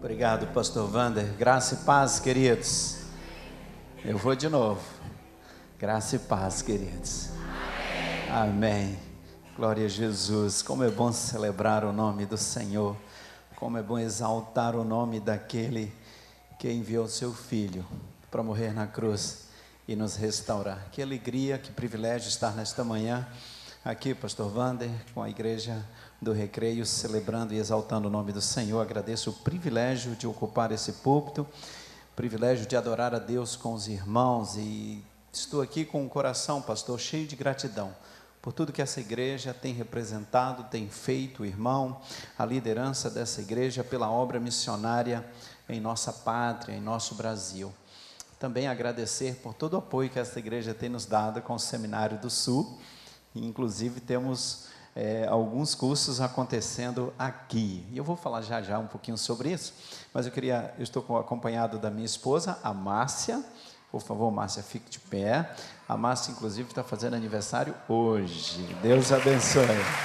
Obrigado, pastor Wander. Graça e paz, queridos. Eu vou de novo. Graça e paz, queridos. Amém. Glória a Jesus. Como é bom celebrar o nome do Senhor. Como é bom exaltar o nome daquele que enviou seu Filho para morrer na cruz e nos restaurar. Que alegria, que privilégio estar nesta manhã aqui, pastor Wander, com a igreja do Recreio, celebrando e exaltando o nome do Senhor. Agradeço o privilégio de ocupar esse púlpito, o privilégio de adorar a Deus com os irmãos, e estou aqui com o coração, pastor, cheio de gratidão por tudo que essa igreja tem representado, tem feito, irmão, a liderança dessa igreja pela obra missionária em nossa pátria, em nosso Brasil. Também agradecer por todo o apoio que essa igreja tem nos dado com o Seminário do Sul. Inclusive temos alguns cursos acontecendo aqui, e eu vou falar já um pouquinho sobre isso, mas eu estou acompanhado da minha esposa, a Márcia. Por favor, Márcia, fique de pé. A Márcia, inclusive, está fazendo aniversário hoje. Deus abençoe.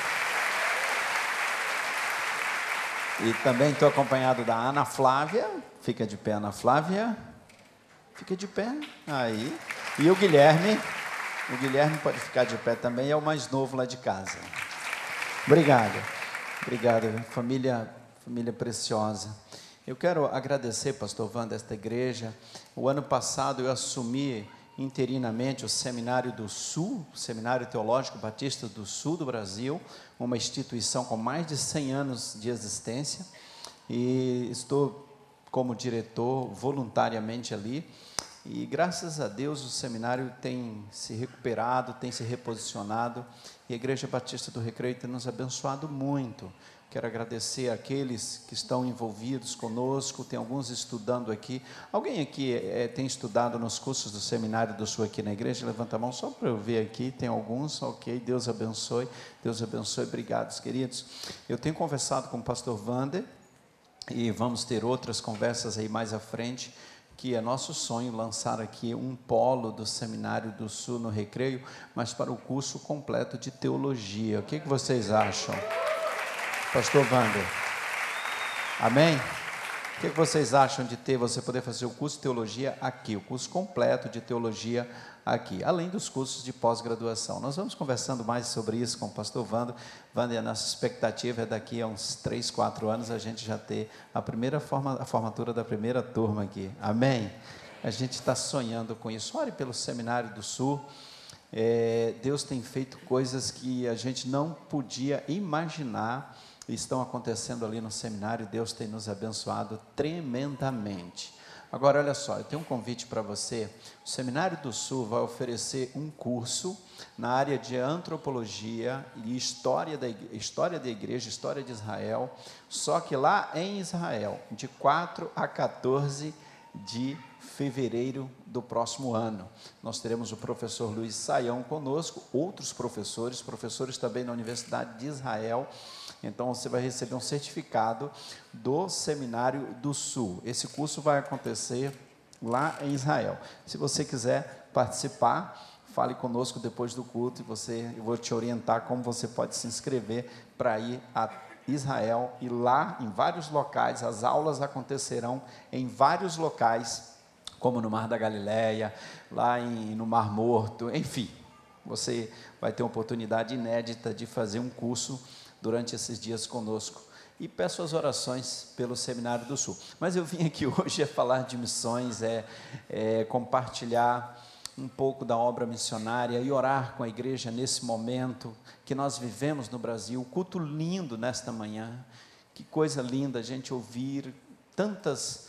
E também estou acompanhado da Ana Flávia. Fica de pé, Ana Flávia. Fica de pé. Aí. E o Guilherme. O Guilherme pode ficar de pé também, é o mais novo lá de casa. Obrigado. Obrigado, família preciosa. Eu quero agradecer, pastor Wander, esta igreja. O ano passado eu assumi interinamente o Seminário do Sul, o Seminário Teológico Batista do Sul do Brasil, uma instituição com mais de 100 anos de existência, e estou como diretor voluntariamente ali. E graças a Deus o seminário tem se recuperado, tem se reposicionado, e a Igreja Batista do Recreio tem nos abençoado muito. Quero agradecer àqueles que estão envolvidos conosco, tem alguns estudando aqui. Alguém aqui tem estudado nos cursos do Seminário do Sul aqui na igreja? Levanta a mão só para eu ver aqui, tem alguns, ok, Deus abençoe, obrigado, queridos. Eu tenho conversado com o pastor Wander, e vamos ter outras conversas aí mais à frente, que é nosso sonho lançar aqui um polo do Seminário do Sul no Recreio, mas para o curso completo de teologia. O que vocês acham, pastor Wander? Amém? O que vocês acham de você poder fazer o curso de teologia aqui, o curso completo de teologia aqui, além dos cursos de pós-graduação? Nós vamos conversando mais sobre isso com o pastor Wander. Wander, a nossa expectativa é daqui a uns 3, 4 anos a gente já ter a formatura da primeira turma aqui. Amém? A gente está sonhando com isso. Ore pelo Seminário do Sul. Deus tem feito coisas que a gente não podia imaginar, estão acontecendo ali no seminário. Deus tem nos abençoado tremendamente. Agora, olha só, eu tenho um convite para você. O Seminário do Sul vai oferecer um curso na área de antropologia e história da igreja, história de Israel, só que lá em Israel, de 4 a 14 de fevereiro do próximo ano. Nós teremos o professor Luiz Saião conosco, outros professores também na Universidade de Israel. Então você vai receber um certificado do Seminário do Sul. Esse curso vai acontecer lá em Israel. Se você quiser participar, fale conosco depois do culto, eu vou te orientar como você pode se inscrever para ir a Israel. E lá, em vários locais, as aulas acontecerão em vários locais, como no Mar da Galileia, lá no Mar Morto, enfim. Você vai ter uma oportunidade inédita de fazer um curso durante esses dias conosco, e peço as orações pelo Seminário do Sul. Mas eu vim aqui hoje falar de missões, compartilhar um pouco da obra missionária e orar com a igreja nesse momento que nós vivemos no Brasil. Culto lindo nesta manhã, que coisa linda a gente ouvir tantas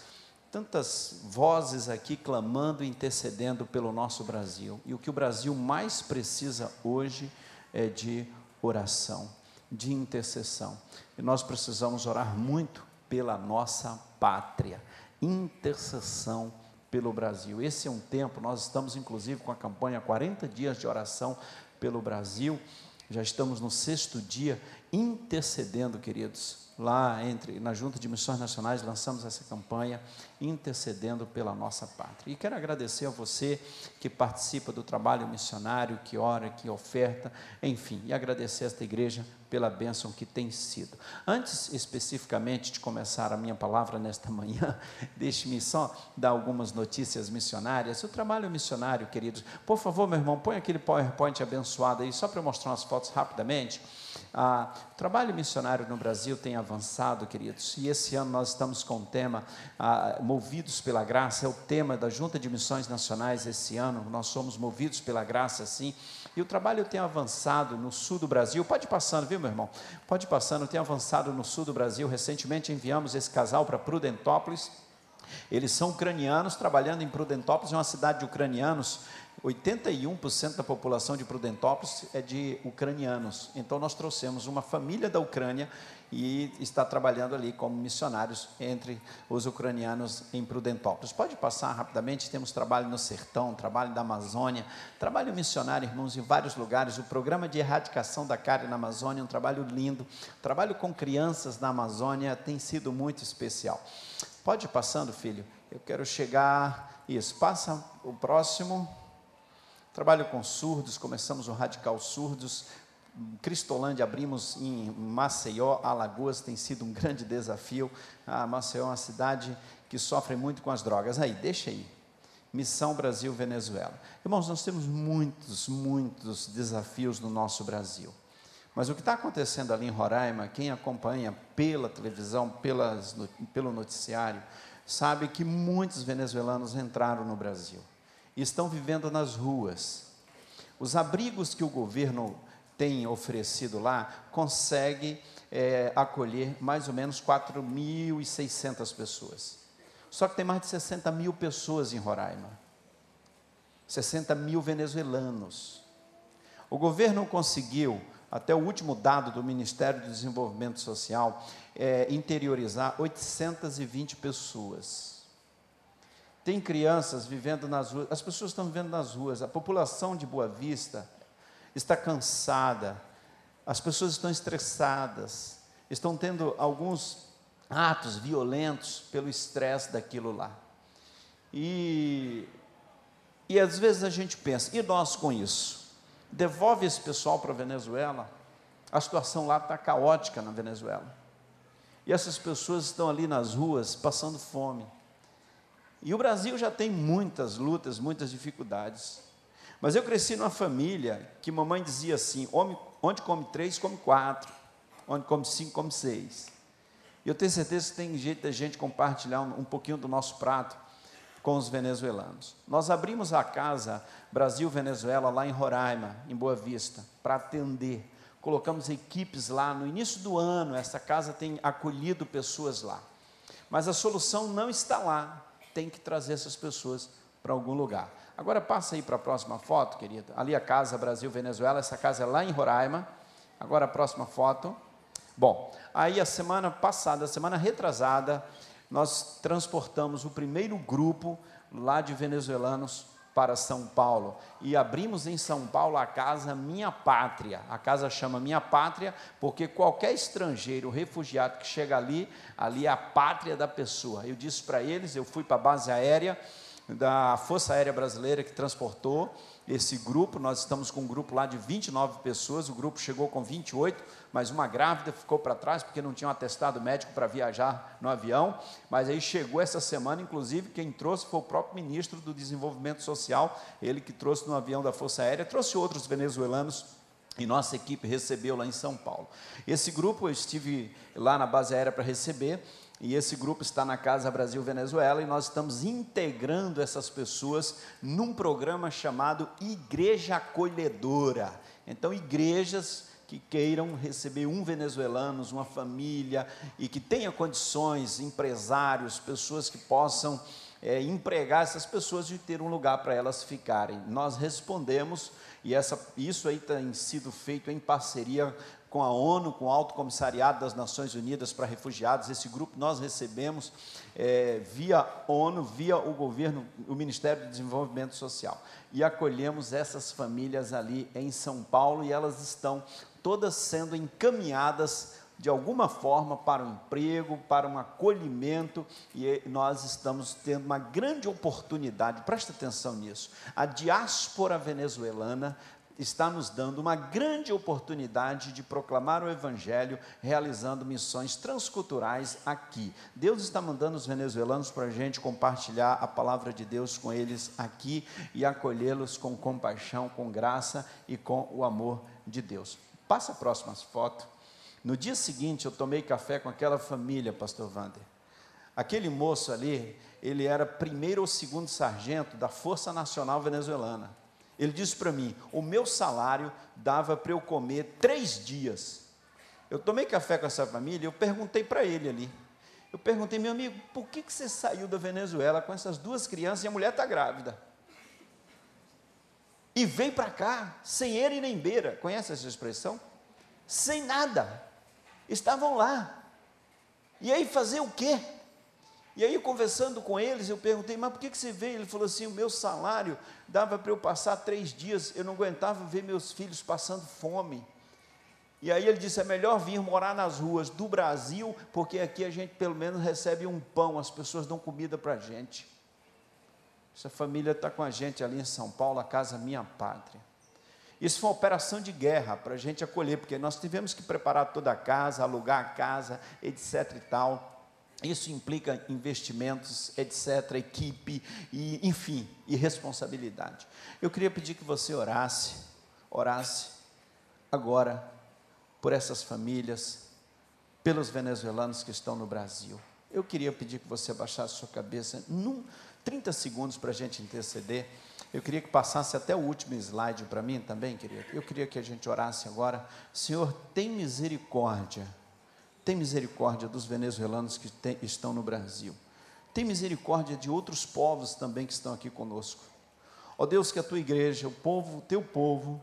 vozes aqui clamando e intercedendo pelo nosso Brasil. E o que o Brasil mais precisa hoje é de oração, de intercessão, e nós precisamos orar muito pela nossa pátria, intercessão pelo Brasil. Esse é um tempo, nós estamos inclusive com a campanha 40 dias de oração pelo Brasil, já estamos no 6º dia, intercedendo, queridos, lá na Junta de Missões Nacionais, lançamos essa campanha intercedendo pela nossa pátria. E quero agradecer a você que participa do trabalho missionário, que ora, que oferta, enfim, e agradecer a esta igreja pela bênção que tem sido. Antes, especificamente, de começar a minha palavra nesta manhã, deixe-me só dar algumas notícias missionárias. O trabalho missionário, queridos, por favor, meu irmão, põe aquele PowerPoint abençoado aí, só para eu mostrar umas fotos rapidamente. O trabalho missionário no Brasil tem avançado, queridos, e esse ano nós estamos com o tema Movidos pela Graça, é o tema da Junta de Missões Nacionais esse ano. Nós somos movidos pela graça, sim, e o trabalho tem avançado no sul do Brasil. Pode ir passando, viu, meu irmão? Pode ir passando, tem avançado no sul do Brasil. Recentemente enviamos esse casal para Prudentópolis. Eles são ucranianos, trabalhando em Prudentópolis, é uma cidade de ucranianos. 81% da população de Prudentópolis é de ucranianos. Então nós trouxemos uma família da Ucrânia e está trabalhando ali como missionários entre os ucranianos em Prudentópolis. Pode passar rapidamente, temos trabalho no sertão, trabalho da Amazônia, trabalho missionário, irmãos, em vários lugares. O programa de erradicação da cárie na Amazônia, um trabalho lindo. Trabalho com crianças na Amazônia tem sido muito especial. Pode ir passando, filho, eu quero chegar, isso, passa o próximo. Trabalho com surdos, começamos o Radical Surdos, Cristolândia abrimos em Maceió, Alagoas, tem sido um grande desafio. Maceió é uma cidade que sofre muito com as drogas. Aí, deixa aí, Missão Brasil Venezuela. Irmãos, nós temos muitos desafios no nosso Brasil, mas o que está acontecendo ali em Roraima, quem acompanha pela televisão, pelo noticiário, sabe que muitos venezuelanos entraram no Brasil e estão vivendo nas ruas. Os abrigos que o governo tem oferecido lá consegue acolher mais ou menos 4.600 pessoas. Só que tem mais de 60 mil pessoas em Roraima, 60 mil venezuelanos. O governo conseguiu, até o último dado do Ministério do Desenvolvimento Social, interiorizar 820 pessoas. Tem crianças vivendo nas ruas, as pessoas estão vivendo nas ruas, a população de Boa Vista está cansada, as pessoas estão estressadas, estão tendo alguns atos violentos pelo estresse daquilo lá. E às vezes a gente pensa, e nós com isso? Devolve esse pessoal para a Venezuela? A situação lá está caótica na Venezuela. E essas pessoas estão ali nas ruas passando fome. E o Brasil já tem muitas lutas, muitas dificuldades. Mas eu cresci numa família que mamãe dizia assim, onde come 3, come 4. Onde come 5, come 6. E eu tenho certeza que tem jeito da gente compartilhar um pouquinho do nosso prato com os venezuelanos. Nós abrimos a casa Brasil-Venezuela lá em Roraima, em Boa Vista, para atender. Colocamos equipes lá no início do ano, essa casa tem acolhido pessoas lá. Mas a solução não está lá, tem que trazer essas pessoas para algum lugar. Agora passa aí para a próxima foto, querida. Ali a casa Brasil-Venezuela, essa casa é lá em Roraima. Agora a próxima foto. Bom, aí a semana passada, a semana retrasada, nós transportamos o primeiro grupo lá de venezuelanos para São Paulo, e abrimos em São Paulo a casa Minha Pátria. A casa chama Minha Pátria, porque qualquer estrangeiro, refugiado que chega ali é a pátria da pessoa. Eu disse para eles, eu fui para a base aérea da Força Aérea Brasileira que transportou esse grupo. Nós estamos com um grupo lá de 29 pessoas, o grupo chegou com 28, mas uma grávida ficou para trás, porque não tinha um atestado médico para viajar no avião, mas aí chegou essa semana, inclusive, quem trouxe foi o próprio ministro do Desenvolvimento Social, ele que trouxe no avião da Força Aérea, trouxe outros venezuelanos, e nossa equipe recebeu lá em São Paulo. Esse grupo eu estive lá na base aérea para receber, e esse grupo está na Casa Brasil-Venezuela, e nós estamos integrando essas pessoas num programa chamado Igreja Acolhedora. Então, igrejas que queiram receber um venezuelano, uma família, e que tenha condições, empresários, pessoas que possam empregar essas pessoas e ter um lugar para elas ficarem. Nós respondemos, e isso aí tem sido feito em parceria com a ONU, com o Alto Comissariado das Nações Unidas para Refugiados. Esse grupo nós recebemos via ONU, via o governo, o Ministério do Desenvolvimento Social, e acolhemos essas famílias ali em São Paulo, e elas estão todas sendo encaminhadas de alguma forma para um emprego, para um acolhimento, e nós estamos tendo uma grande oportunidade, presta atenção nisso, a diáspora venezuelana está nos dando uma grande oportunidade de proclamar o Evangelho, realizando missões transculturais aqui. Deus está mandando os venezuelanos para a gente compartilhar a palavra de Deus com eles aqui e acolhê-los com compaixão, com graça e com o amor de Deus. Passa a próxima foto. No dia seguinte, eu tomei café com aquela família, pastor Wander. Aquele moço ali, ele era primeiro ou segundo sargento da Força Nacional Venezuelana. Ele disse para mim, o meu salário dava para eu comer 3 dias. Eu tomei café com essa família, eu perguntei para ele ali. Eu perguntei, meu amigo, por que você saiu da Venezuela com essas 2 crianças e a mulher está grávida? E veio para cá, sem eira e nem beira. Conhece essa expressão? Sem nada. Estavam lá. E aí fazer o quê? E aí, conversando com eles, eu perguntei, mas por que você veio? Ele falou assim, o meu salário dava para eu passar 3 dias, eu não aguentava ver meus filhos passando fome. E aí ele disse, é melhor vir morar nas ruas do Brasil, porque aqui a gente pelo menos recebe um pão, as pessoas dão comida para a gente. Essa família está com a gente ali em São Paulo, a Casa Minha Pátria. Isso foi uma operação de guerra para a gente acolher, porque nós tivemos que preparar toda a casa, alugar a casa, etc e tal. Isso implica investimentos, etc., equipe, e, enfim, e responsabilidade. Eu queria pedir que você orasse agora por essas famílias, pelos venezuelanos que estão no Brasil. Eu queria pedir que você abaixasse sua cabeça, 30 segundos para a gente interceder. Eu queria que passasse até o último slide para mim também, querido. Eu queria que a gente orasse agora. Senhor, tem misericórdia. Tem misericórdia dos venezuelanos que estão no Brasil. Tem misericórdia de outros povos também que estão aqui conosco. Ó Deus, que a tua igreja, o teu povo,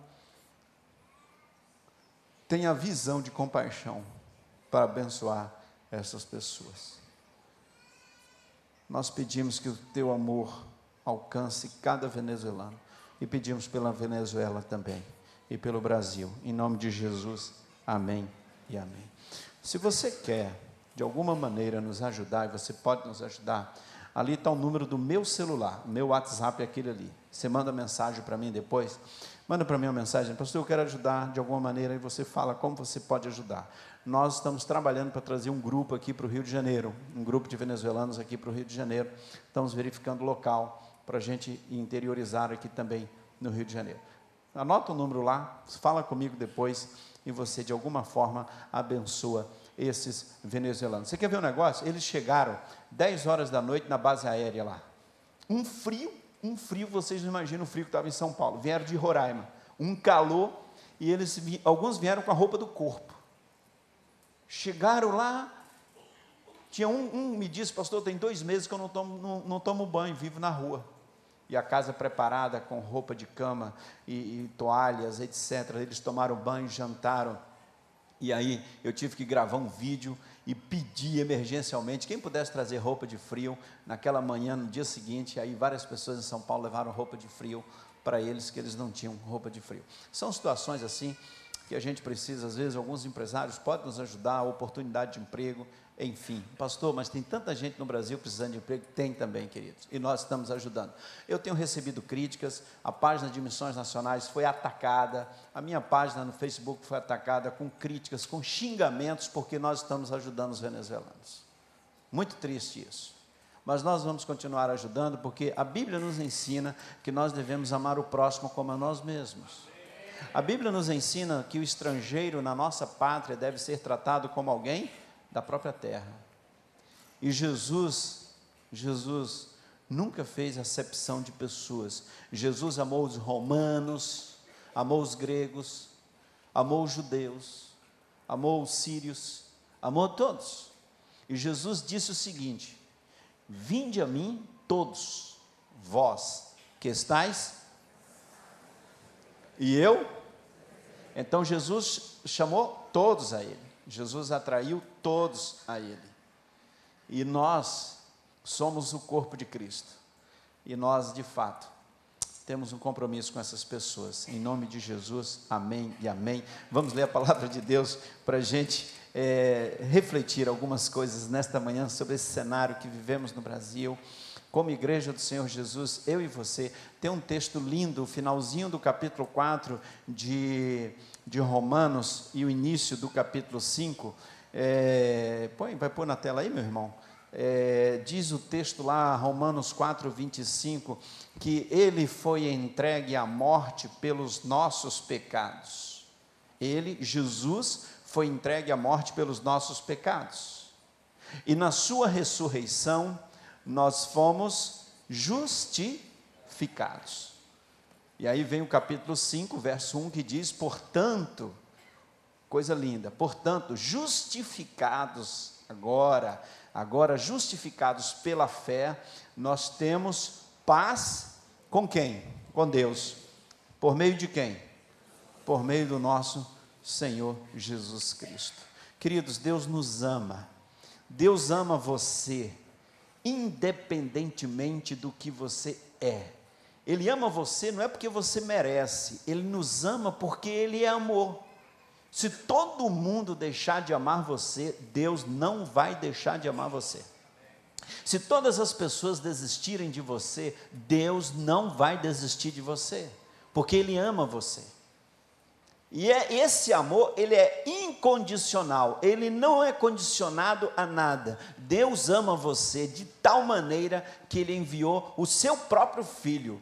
tenha visão de compaixão para abençoar essas pessoas. Nós pedimos que o teu amor alcance cada venezuelano e pedimos pela Venezuela também e pelo Brasil. Em nome de Jesus, amém e amém. Se você quer, de alguma maneira, nos ajudar, e você pode nos ajudar, ali está o número do meu celular, o meu WhatsApp é aquele ali. Você manda mensagem para mim depois, manda para mim uma mensagem, pastor, eu quero ajudar de alguma maneira, e você fala como você pode ajudar. Nós estamos trabalhando para trazer um grupo aqui para o Rio de Janeiro, um grupo de venezuelanos aqui para o Rio de Janeiro, estamos verificando o local para a gente interiorizar aqui também no Rio de Janeiro. Anota o número lá, fala comigo depois, e você de alguma forma abençoa esses venezuelanos. Você quer ver um negócio? Eles chegaram 10 horas da noite na base aérea lá. Um frio, vocês não imaginam o frio que estava em São Paulo. Vieram de Roraima. Um calor, e alguns vieram com a roupa do corpo. Chegaram lá, tinha um me disse, pastor, tem 2 meses que eu não tomo banho, vivo na rua. E a casa preparada com roupa de cama e toalhas, etc. Eles tomaram banho, jantaram. E aí eu tive que gravar um vídeo e pedir emergencialmente, quem pudesse trazer roupa de frio, naquela manhã, no dia seguinte, aí várias pessoas em São Paulo levaram roupa de frio para eles, que eles não tinham roupa de frio. São situações assim, que a gente precisa, às vezes, alguns empresários podem nos ajudar, oportunidade de emprego, enfim. Pastor, mas tem tanta gente no Brasil precisando de emprego? Tem também, queridos, e nós estamos ajudando. Eu tenho recebido críticas, a página de Missões Nacionais foi atacada, a minha página no Facebook foi atacada com críticas, com xingamentos, porque nós estamos ajudando os venezuelanos. Muito triste isso. Mas nós vamos continuar ajudando, porque a Bíblia nos ensina que nós devemos amar o próximo como a nós mesmos. A Bíblia nos ensina que o estrangeiro na nossa pátria deve ser tratado como alguém da própria terra. E Jesus nunca fez acepção de pessoas. Jesus amou os romanos, amou os gregos, amou os judeus, amou os sírios, amou todos. E Jesus disse o seguinte: vinde a mim todos, vós que estáis, e eu. Então Jesus chamou todos a Ele, Jesus atraiu todos a Ele, e nós somos o corpo de Cristo, e nós de fato temos um compromisso com essas pessoas, em nome de Jesus, amém e amém. Vamos ler a palavra de Deus para a gente refletir algumas coisas nesta manhã sobre esse cenário que vivemos no Brasil. Como igreja do Senhor Jesus, eu e você, tem um texto lindo, o finalzinho do capítulo 4 de Romanos e o início do capítulo 5, vai pôr na tela aí, meu irmão? Diz o texto lá, Romanos 4, 25, que ele foi entregue à morte pelos nossos pecados. Ele, Jesus, foi entregue à morte pelos nossos pecados. E na sua ressurreição, nós fomos justificados. E aí vem o capítulo 5, verso 1, que diz, portanto, coisa linda, portanto, justificados agora justificados pela fé, nós temos paz com quem? Com Deus. Por meio de quem? Por meio do nosso Senhor Jesus Cristo. Queridos, Deus nos ama. Deus ama você, independentemente do que você é. Ele ama você não é porque você merece, Ele nos ama porque Ele é amor. Se todo mundo deixar de amar você, Deus não vai deixar de amar você. Se todas as pessoas desistirem de você, Deus não vai desistir de você, porque Ele ama você. E esse amor, ele é incondicional, ele não é condicionado a nada. Deus ama você de tal maneira que Ele enviou o seu próprio Filho.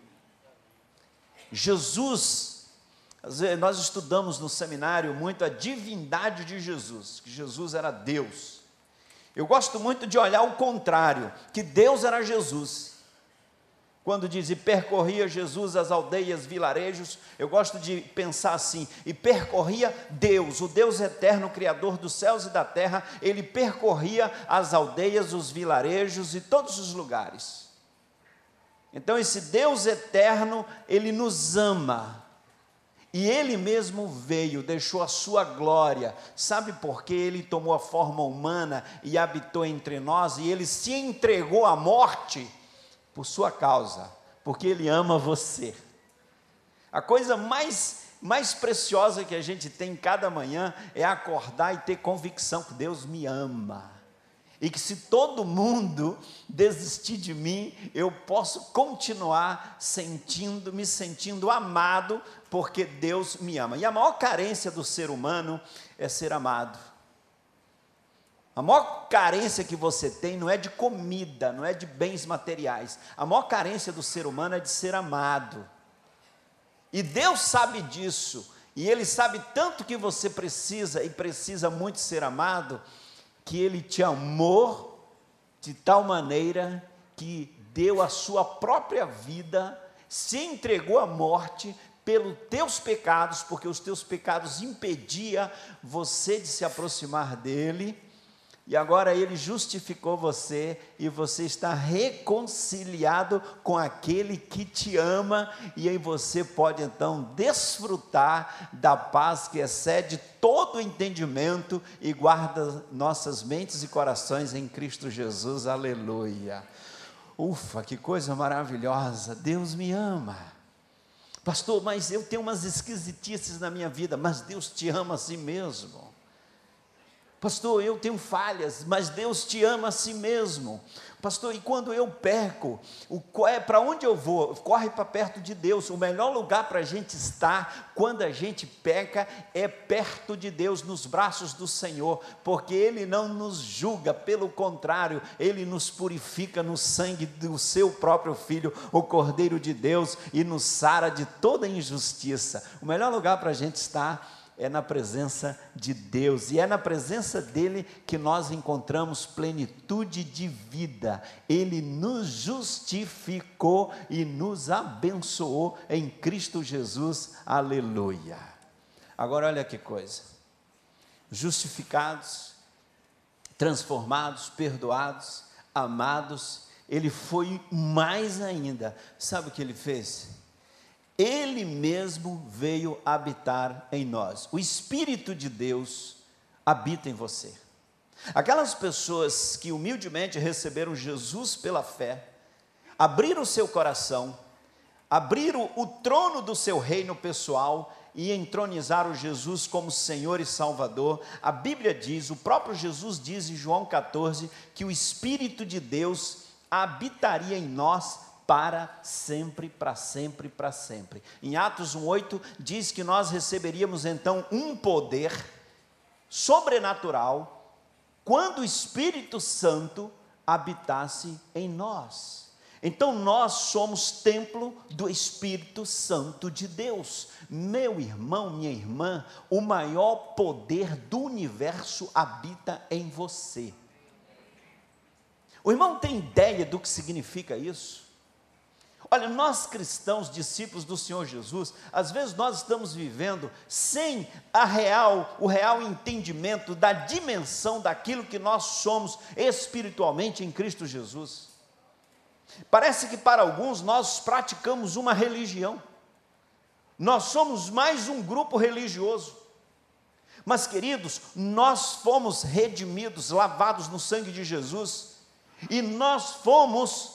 Jesus, nós estudamos no seminário muito a divindade de Jesus, que Jesus era Deus. Eu gosto muito de olhar o contrário, que Deus era Jesus. Quando diz, e percorria Jesus as aldeias, vilarejos, eu gosto de pensar assim, e percorria Deus, o Deus eterno, Criador dos céus e da terra, Ele percorria as aldeias, os vilarejos e todos os lugares. Então esse Deus eterno, Ele nos ama, e Ele mesmo veio, deixou a sua glória. Sabe por quê? Ele tomou a forma humana e habitou entre nós, e Ele se entregou à morte por sua causa, porque Ele ama você. A coisa mais preciosa que a gente tem cada manhã é acordar e ter convicção que Deus me ama, e que se todo mundo desistir de mim, eu posso continuar me sentindo amado, porque Deus me ama. E a maior carência do ser humano é ser amado. A maior carência que você tem não é de comida, não é de bens materiais. A maior carência do ser humano é de ser amado. E Deus sabe disso, e Ele sabe tanto que você precisa, e precisa muito ser amado, que Ele te amou de tal maneira que deu a sua própria vida, se entregou à morte pelos teus pecados, porque os teus pecados impediam você de se aproximar dEle. E agora Ele justificou você, e você está reconciliado com aquele que te ama, e aí você pode então desfrutar da paz que excede todo o entendimento e guarda nossas mentes e corações em Cristo Jesus, aleluia. Ufa, que coisa maravilhosa, Deus me ama. Pastor, mas eu tenho umas esquisitices na minha vida, mas Deus te ama assim mesmo. Pastor, eu tenho falhas, mas Deus te ama a si mesmo. Pastor, e quando eu perco, para onde eu vou? Corre para perto de Deus. O melhor lugar para a gente estar, quando a gente peca, é perto de Deus, nos braços do Senhor, porque Ele não nos julga, pelo contrário, Ele nos purifica no sangue do seu próprio Filho, o Cordeiro de Deus, e nos sara de toda injustiça. O melhor lugar para a gente estar é na presença de Deus, e é na presença dEle que nós encontramos plenitude de vida. Ele nos justificou e nos abençoou em Cristo Jesus, aleluia. Agora olha que coisa, justificados, transformados, perdoados, amados, Ele foi mais ainda. Sabe o que Ele fez? Ele mesmo veio habitar em nós. O Espírito de Deus habita em você. Aquelas pessoas que humildemente receberam Jesus pela fé, abriram o seu coração, abriram o trono do seu reino pessoal e entronizaram Jesus como Senhor e Salvador, a Bíblia diz, o próprio Jesus diz em João 14, que o Espírito de Deus habitaria em nós para sempre, para sempre, para sempre. Em Atos 1:8 diz que nós receberíamos então um poder sobrenatural quando o Espírito Santo habitasse em nós. Então nós somos templo do Espírito Santo de Deus. Meu irmão, minha irmã, o maior poder do universo habita em você. O irmão tem ideia do que significa isso? Olha, nós cristãos, discípulos do Senhor Jesus, às vezes nós estamos vivendo sem o real entendimento da dimensão daquilo que nós somos espiritualmente em Cristo Jesus. Parece que para alguns nós praticamos uma religião, nós somos mais um grupo religioso, mas queridos, nós fomos redimidos, lavados no sangue de Jesus, e nós fomos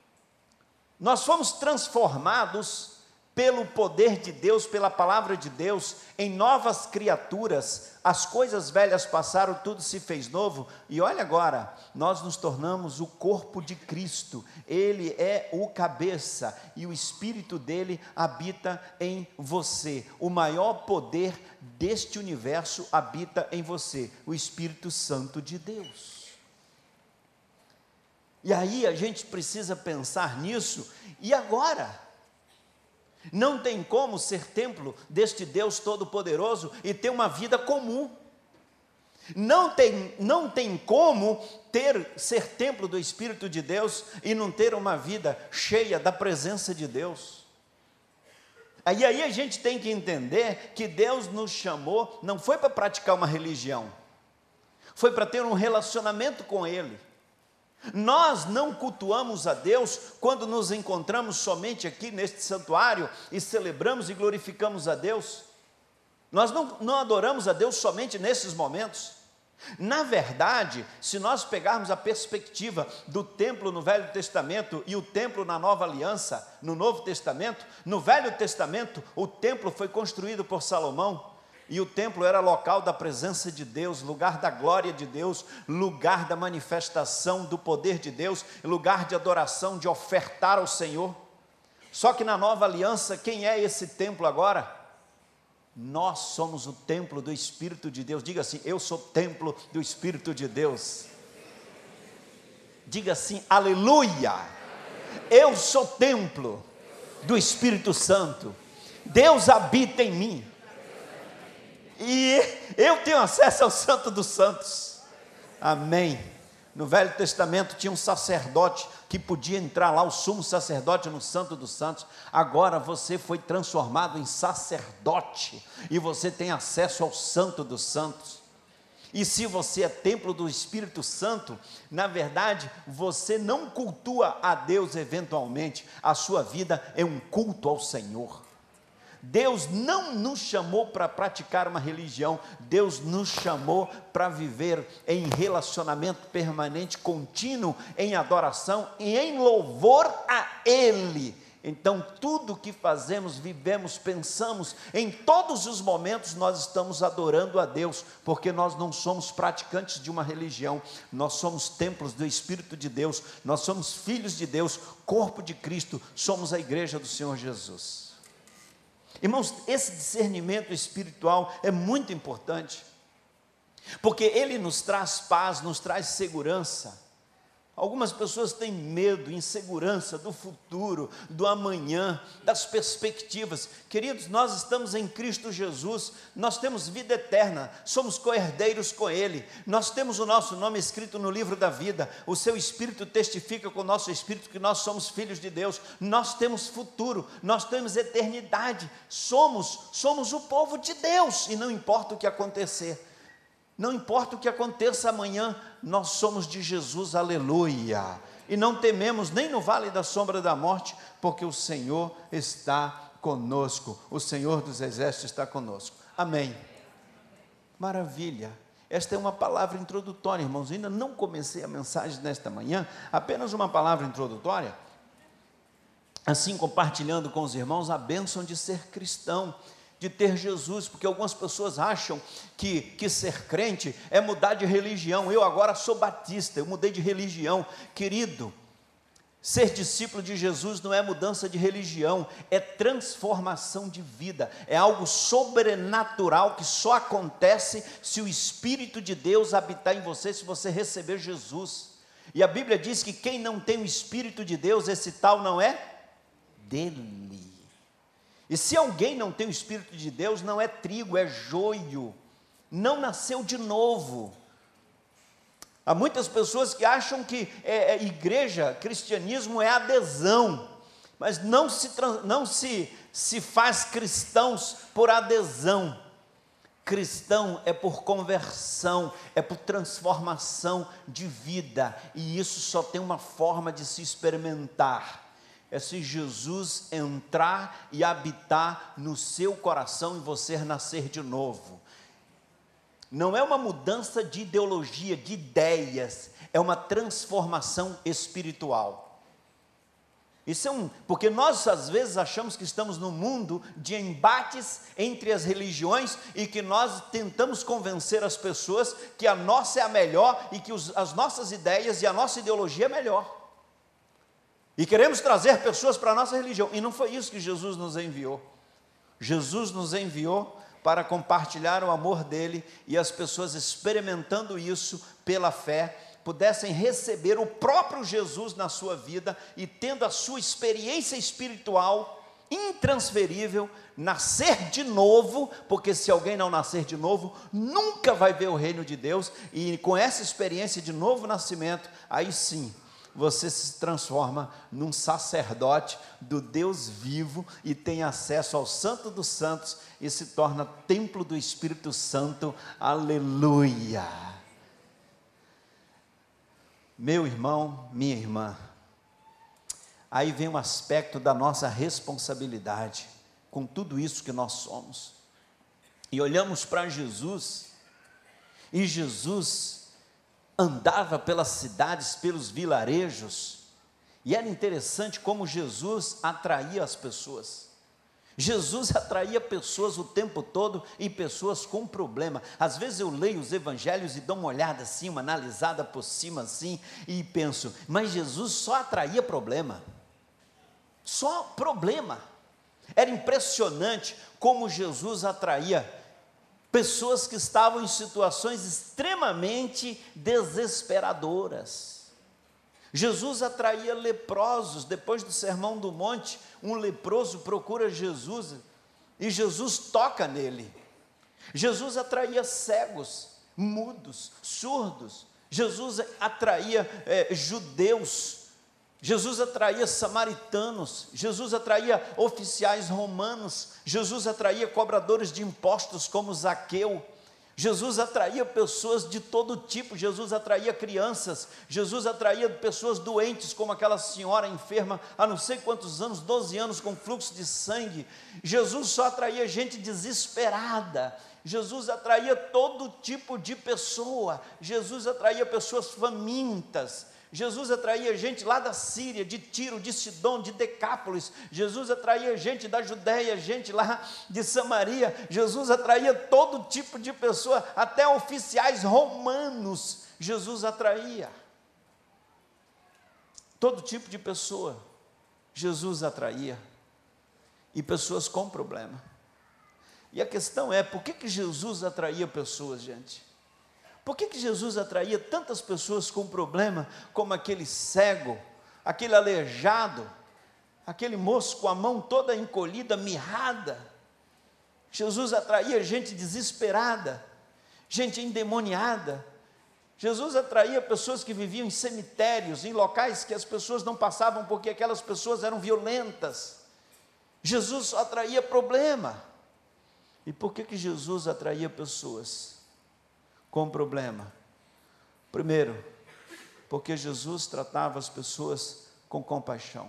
transformados pelo poder de Deus, pela palavra de Deus, em novas criaturas. As coisas velhas passaram, tudo se fez novo, e olha agora, nós nos tornamos o corpo de Cristo, Ele é o cabeça, e o Espírito dele habita em você. O maior poder deste universo habita em você, o Espírito Santo de Deus. E aí a gente precisa pensar nisso, e agora? Não tem como ser templo deste Deus Todo-Poderoso e ter uma vida comum. Não tem como ser templo do Espírito de Deus e não ter uma vida cheia da presença de Deus. Aí a gente tem que entender que Deus nos chamou, não foi para praticar uma religião, foi para ter um relacionamento com Ele. Nós não cultuamos a Deus quando nos encontramos somente aqui neste santuário e celebramos e glorificamos a Deus. Nós não adoramos a Deus somente nesses momentos. Na verdade, se nós pegarmos a perspectiva do templo no Velho Testamento e o templo na Nova Aliança, no Novo Testamento, no Velho Testamento, o templo foi construído por Salomão, e o templo era local da presença de Deus, lugar da glória de Deus, lugar da manifestação do poder de Deus, lugar de adoração, de ofertar ao Senhor. Só que na Nova Aliança, quem é esse templo agora? Nós somos o templo do Espírito de Deus. Diga assim: eu sou templo do Espírito de Deus. Diga assim: aleluia! Eu sou templo do Espírito Santo. Deus habita em mim. E eu tenho acesso ao Santo dos Santos. Amém. No Velho Testamento tinha um sacerdote que podia entrar lá, o sumo sacerdote no Santo dos Santos. Agora você foi transformado em sacerdote e você tem acesso ao Santo dos Santos. E se você é templo do Espírito Santo, na verdade, você não cultua a Deus eventualmente, a sua vida é um culto ao Senhor. Deus não nos chamou para praticar uma religião, Deus nos chamou para viver em relacionamento permanente, contínuo, em adoração e em louvor a Ele. Então, tudo que fazemos, vivemos, pensamos, em todos os momentos nós estamos adorando a Deus, porque nós não somos praticantes de uma religião, nós somos templos do Espírito de Deus, nós somos filhos de Deus, corpo de Cristo, somos a igreja do Senhor Jesus. Irmãos, esse discernimento espiritual é muito importante, porque ele nos traz paz, nos traz segurança. Algumas pessoas têm medo, insegurança do futuro, do amanhã, das perspectivas. Queridos, nós estamos em Cristo Jesus, nós temos vida eterna, somos co-herdeiros com Ele, nós temos o nosso nome escrito no livro da vida, o seu Espírito testifica com o nosso Espírito que nós somos filhos de Deus, nós temos futuro, nós temos eternidade, somos o povo de Deus, e não importa o que acontecer. Não importa o que aconteça amanhã, nós somos de Jesus, aleluia, e não tememos nem no vale da sombra da morte, porque o Senhor está conosco, o Senhor dos exércitos está conosco, amém, maravilha. Esta é uma palavra introdutória, irmãos, ainda não comecei a mensagem nesta manhã, apenas uma palavra introdutória, assim compartilhando com os irmãos a bênção de ser cristão, de ter Jesus, porque algumas pessoas acham que ser crente é mudar de religião. Eu agora sou batista, eu mudei de religião. Querido, ser discípulo de Jesus não é mudança de religião, é transformação de vida, é algo sobrenatural que só acontece se o Espírito de Deus habitar em você, se você receber Jesus. E a Bíblia diz que quem não tem o Espírito de Deus, esse tal não é dele. E se alguém não tem o Espírito de Deus, não é trigo, é joio, não nasceu de novo. Há muitas pessoas que acham que igreja, cristianismo é adesão, mas não se faz cristãos por adesão. Cristão é por conversão, é por transformação de vida, e isso só tem uma forma de se experimentar, é se Jesus entrar e habitar no seu coração e você nascer de novo. Não é uma mudança de ideologia, de ideias, é uma transformação espiritual. Isso porque nós às vezes achamos que estamos num mundo de embates entre as religiões e que nós tentamos convencer as pessoas que a nossa é a melhor e que as nossas ideias e a nossa ideologia é melhor. E queremos trazer pessoas para a nossa religião, e não foi isso que Jesus nos enviou. Jesus nos enviou para compartilhar o amor dele, e as pessoas experimentando isso pela fé, pudessem receber o próprio Jesus na sua vida, e tendo a sua experiência espiritual intransferível, nascer de novo, porque se alguém não nascer de novo, nunca vai ver o reino de Deus, e com essa experiência de novo nascimento, aí sim, você se transforma num sacerdote do Deus vivo e tem acesso ao Santo dos Santos e se torna templo do Espírito Santo. Aleluia! Meu irmão, minha irmã, aí vem um aspecto da nossa responsabilidade com tudo isso que nós somos. E olhamos para Jesus, e Jesus andava pelas cidades, pelos vilarejos, e era interessante como Jesus atraía as pessoas. Jesus atraía pessoas o tempo todo, e pessoas com problema. Às vezes eu leio os evangelhos e dou uma olhada assim, uma analisada por cima assim, e penso, mas Jesus só atraía problema, só problema. Era impressionante como Jesus atraía pessoas que estavam em situações extremamente desesperadoras. Jesus atraía leprosos. Depois do Sermão do Monte, um leproso procura Jesus, e Jesus toca nele. Jesus atraía cegos, mudos, surdos. Jesus atraía judeus. Jesus atraía samaritanos, Jesus atraía oficiais romanos, Jesus atraía cobradores de impostos como Zaqueu, Jesus atraía pessoas de todo tipo, Jesus atraía crianças, Jesus atraía pessoas doentes, como aquela senhora enferma há não sei quantos anos, 12 anos, com fluxo de sangue. Jesus só atraía gente desesperada. Jesus atraía todo tipo de pessoa. Jesus atraía pessoas famintas. Jesus atraía gente lá da Síria, de Tiro, de Sidom, de Decápolis. Jesus atraía gente da Judéia, gente lá de Samaria. Jesus atraía todo tipo de pessoa, até oficiais romanos. Jesus atraía todo tipo de pessoa. Jesus atraía, e pessoas com problema. E a questão é, por que Jesus atraía pessoas, gente? Por que Jesus atraía tantas pessoas com problema, como aquele cego, aquele aleijado, aquele moço com a mão toda encolhida, mirrada? Jesus atraía gente desesperada, gente endemoniada. Jesus atraía pessoas que viviam em cemitérios, em locais que as pessoas não passavam porque aquelas pessoas eram violentas. Jesus só atraía problema. E por que Jesus atraía pessoas com problema? Primeiro, porque Jesus tratava as pessoas com compaixão.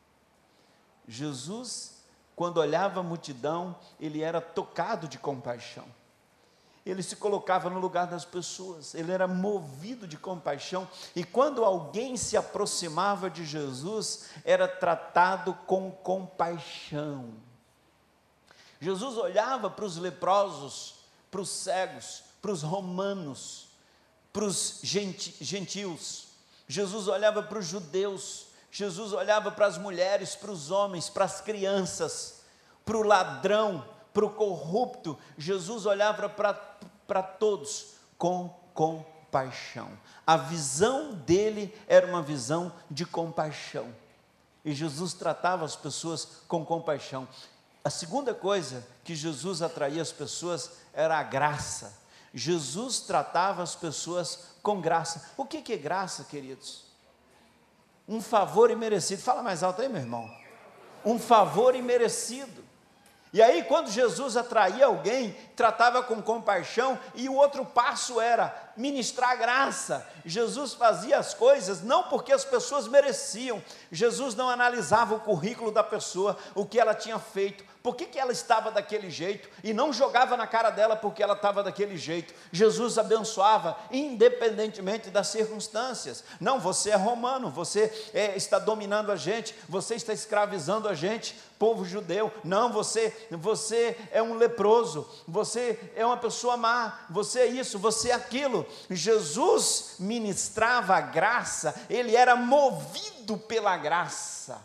Jesus, quando olhava a multidão, ele era tocado de compaixão. Ele se colocava no lugar das pessoas, ele era movido de compaixão, e quando alguém se aproximava de Jesus, era tratado com compaixão. Jesus olhava para os leprosos, para os cegos, para os romanos, para os gentios. Jesus olhava para os judeus, Jesus olhava para as mulheres, para os homens, para as crianças, para o ladrão, para o corrupto. Jesus olhava para todos com compaixão. A visão dele era uma visão de compaixão. E Jesus tratava as pessoas com compaixão. A segunda coisa que Jesus atraía as pessoas era a graça. Jesus tratava as pessoas com graça. O que é graça, queridos? Um favor imerecido. Fala mais alto aí, meu irmão. Um favor imerecido. E aí, quando Jesus atraía alguém, tratava com compaixão, e o outro passo era ministrar graça. Jesus fazia as coisas não porque as pessoas mereciam. Jesus não analisava o currículo da pessoa, o que ela tinha feito, por que ela estava daquele jeito, e não jogava na cara dela porque ela estava daquele jeito. Jesus abençoava independentemente das circunstâncias. Não, você é romano, você está dominando a gente, você está escravizando a gente, povo judeu. Não, você é um leproso, você é uma pessoa má, você é isso, você é aquilo. Jesus ministrava a graça, ele era movido pela graça.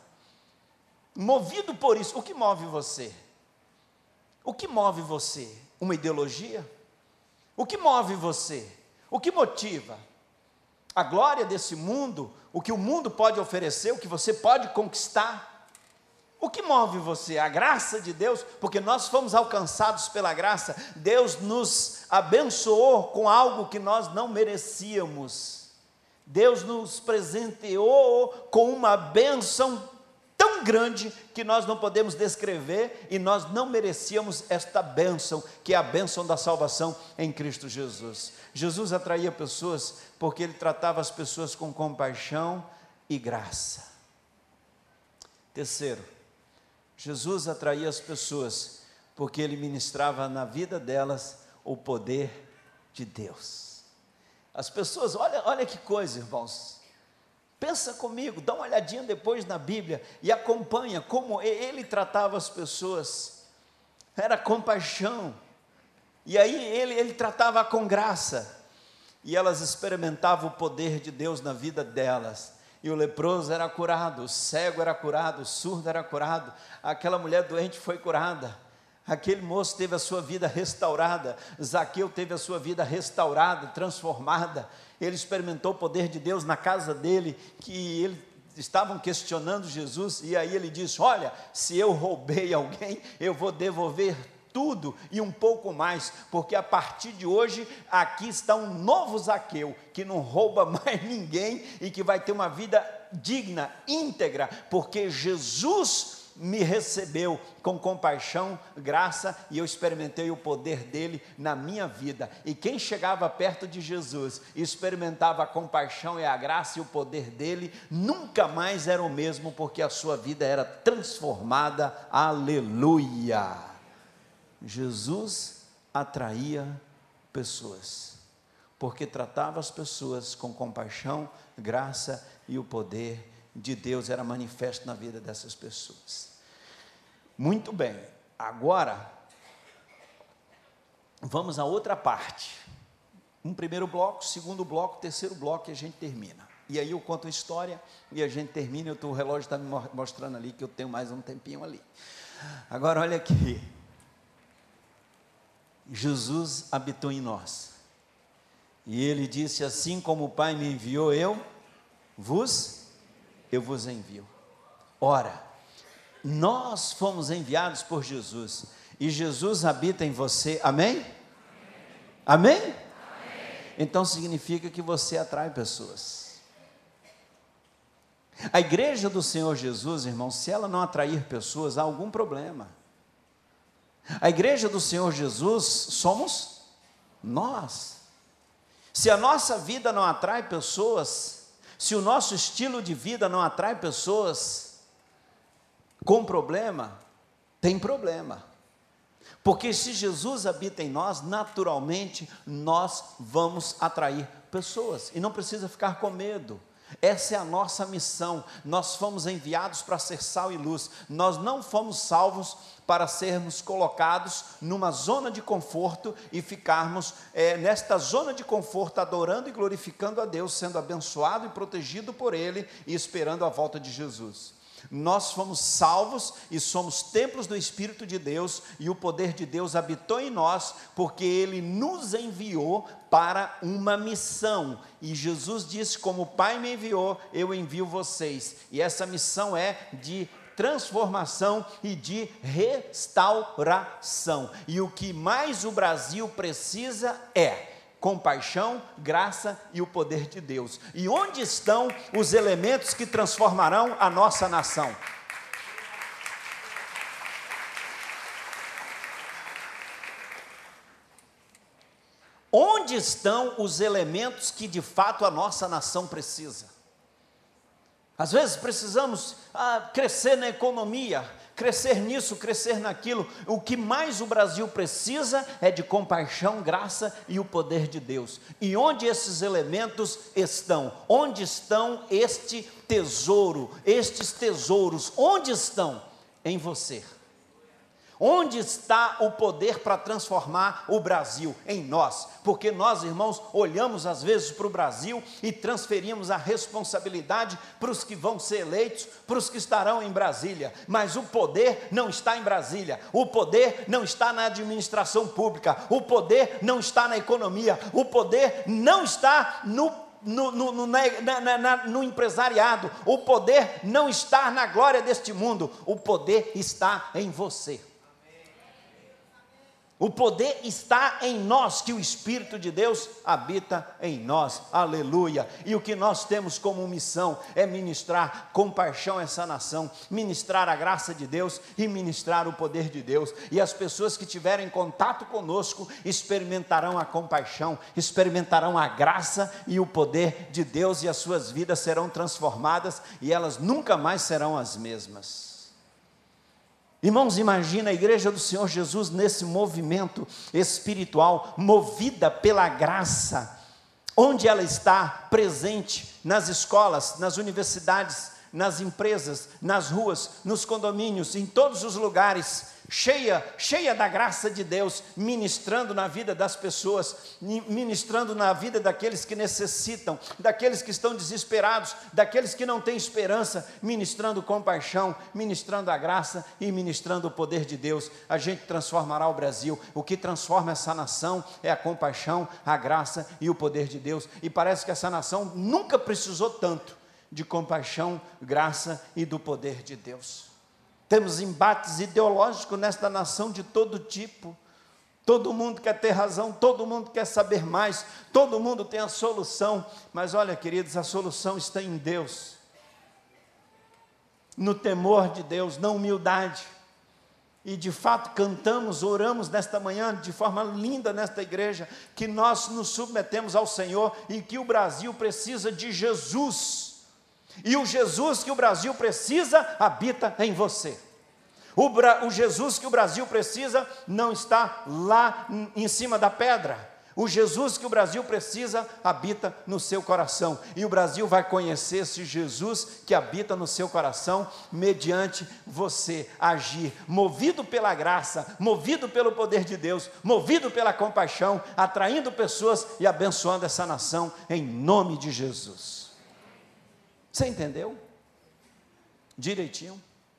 Movido por isso. O que move você? O que move você? Uma ideologia? O que move você? O que motiva? A glória desse mundo? O que o mundo pode oferecer? O que você pode conquistar? O que move você? A graça de Deus? Porque nós fomos alcançados pela graça. Deus nos abençoou com algo que nós não merecíamos. Deus nos presenteou com uma bênção tão grande que nós não podemos descrever, e nós não merecíamos esta bênção, que é a bênção da salvação em Cristo Jesus. Jesus atraía pessoas porque ele tratava as pessoas com compaixão e graça. Terceiro, Jesus atraía as pessoas porque ele ministrava na vida delas o poder de Deus. As pessoas, olha que coisa, irmãos. Pensa comigo, dá uma olhadinha depois na Bíblia e acompanha como ele tratava as pessoas. Era compaixão. E aí ele tratava com graça. E elas experimentavam o poder de Deus na vida delas. E o leproso era curado, o cego era curado, o surdo era curado, aquela mulher doente foi curada. Aquele moço teve a sua vida restaurada, Zaqueu teve a sua vida restaurada, transformada. Ele experimentou o poder de Deus na casa dele, que estavam questionando Jesus, e aí ele disse: olha, se eu roubei alguém, eu vou devolver tudo e um pouco mais, porque a partir de hoje, aqui está um novo Zaqueu, que não rouba mais ninguém, e que vai ter uma vida digna, íntegra, porque Jesus me recebeu com compaixão, graça, e eu experimentei o poder dele na minha vida. E quem chegava perto de Jesus e experimentava a compaixão e a graça e o poder dele, nunca mais era o mesmo, porque a sua vida era transformada. Aleluia! Jesus atraía pessoas, porque tratava as pessoas com compaixão, graça, e o poder de Deus era manifesto na vida dessas pessoas. Muito bem, agora vamos a outra parte. Um primeiro bloco, segundo bloco, terceiro bloco, e a gente termina. E aí eu conto uma história e a gente termina. O relógio está me mostrando ali que eu tenho mais um tempinho ali. Agora olha aqui, Jesus habitou em nós, e ele disse: assim como o Pai me enviou, eu vos envio. Ora, nós fomos enviados por Jesus, e Jesus habita em você, amém? Amém? Amém? Então significa que você atrai pessoas. A igreja do Senhor Jesus, irmão, se ela não atrair pessoas, há algum problema. A igreja do Senhor Jesus somos nós. Se a nossa vida não atrai pessoas, se o nosso estilo de vida não atrai pessoas com problema, tem problema. Porque se Jesus habita em nós, naturalmente nós vamos atrair pessoas. E não precisa ficar com medo. Essa é a nossa missão. Nós fomos enviados para ser sal e luz. Nós não fomos salvos para sermos colocados numa zona de conforto e ficarmos nesta zona de conforto adorando e glorificando a Deus, sendo abençoado e protegido por Ele e esperando a volta de Jesus. Nós fomos salvos e somos templos do Espírito de Deus, e o poder de Deus habitou em nós, porque Ele nos enviou para uma missão, e Jesus disse: como o Pai me enviou, eu envio vocês, e essa missão é de transformação e de restauração, e o que mais o Brasil precisa é compaixão, graça e o poder de Deus. E onde estão os elementos que transformarão a nossa nação? Onde estão os elementos que de fato a nossa nação precisa? Às vezes precisamos crescer na economia, crescer nisso, crescer naquilo. O que mais o Brasil precisa é de compaixão, graça e o poder de Deus. E onde esses elementos estão? Onde estão este tesouro, estes tesouros? Onde estão? Em você. Onde está o poder para transformar o Brasil? Em nós, porque nós, irmãos, olhamos às vezes para o Brasil e transferimos a responsabilidade para os que vão ser eleitos, para os que estarão em Brasília, mas o poder não está em Brasília, o poder não está na administração pública, o poder não está na economia, o poder não está no empresariado, o poder não está na glória deste mundo, o poder está em você. O poder está em nós, que o Espírito de Deus habita em nós, aleluia. E o que nós temos como missão é ministrar compaixão a essa nação, ministrar a graça de Deus e ministrar o poder de Deus. E as pessoas que tiverem contato conosco experimentarão a compaixão, experimentarão a graça e o poder de Deus, e as suas vidas serão transformadas e elas nunca mais serão as mesmas. Irmãos, imagina a igreja do Senhor Jesus nesse movimento espiritual, movida pela graça, onde ela está presente, nas escolas, nas universidades, nas empresas, nas ruas, nos condomínios, em todos os lugares, cheia da graça de Deus, ministrando na vida das pessoas, ministrando na vida daqueles que necessitam, daqueles que estão desesperados, daqueles que não têm esperança, ministrando compaixão, ministrando a graça e ministrando o poder de Deus. A gente transformará o Brasil. O que transforma essa nação é a compaixão, a graça e o poder de Deus, e parece que essa nação nunca precisou tanto de compaixão, graça e do poder de Deus. Temos embates ideológicos nesta nação de todo tipo. Todo mundo quer ter razão, todo mundo quer saber mais, todo mundo tem a solução. Mas olha, queridos, a solução está em Deus, no temor de Deus, na humildade. E de fato cantamos, oramos nesta manhã, de forma linda nesta igreja, que nós nos submetemos ao Senhor e que o Brasil precisa de Jesus. E o Jesus que o Brasil precisa habita em você. O Jesus que o Brasil precisa não está lá em cima da pedra. O Jesus que o Brasil precisa habita no seu coração. E o Brasil vai conhecer esse Jesus que habita no seu coração mediante você agir, movido pela graça, movido pelo poder de Deus, movido pela compaixão, atraindo pessoas e abençoando essa nação em nome de Jesus. Você entendeu? Direitinho?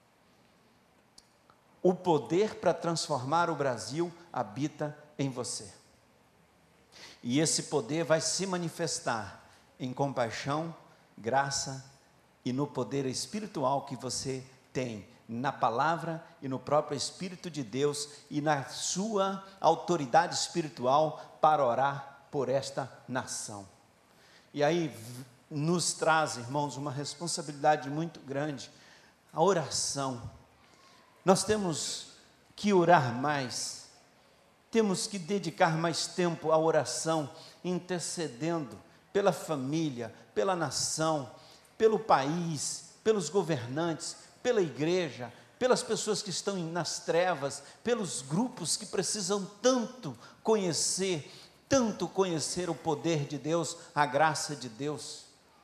O poder para transformar o Brasil habita em você. E esse poder vai se manifestar em compaixão, graça e no poder espiritual que você tem, na palavra e no próprio Espírito de Deus e na sua autoridade espiritual para orar por esta nação. E aí nos traz, irmãos, uma responsabilidade muito grande, a oração. Nós temos que orar mais, temos que dedicar mais tempo à oração, intercedendo pela família, pela nação, pelo país, pelos governantes, pela igreja, pelas pessoas que estão nas trevas, pelos grupos que precisam tanto conhecer o poder de Deus, a graça de Deus.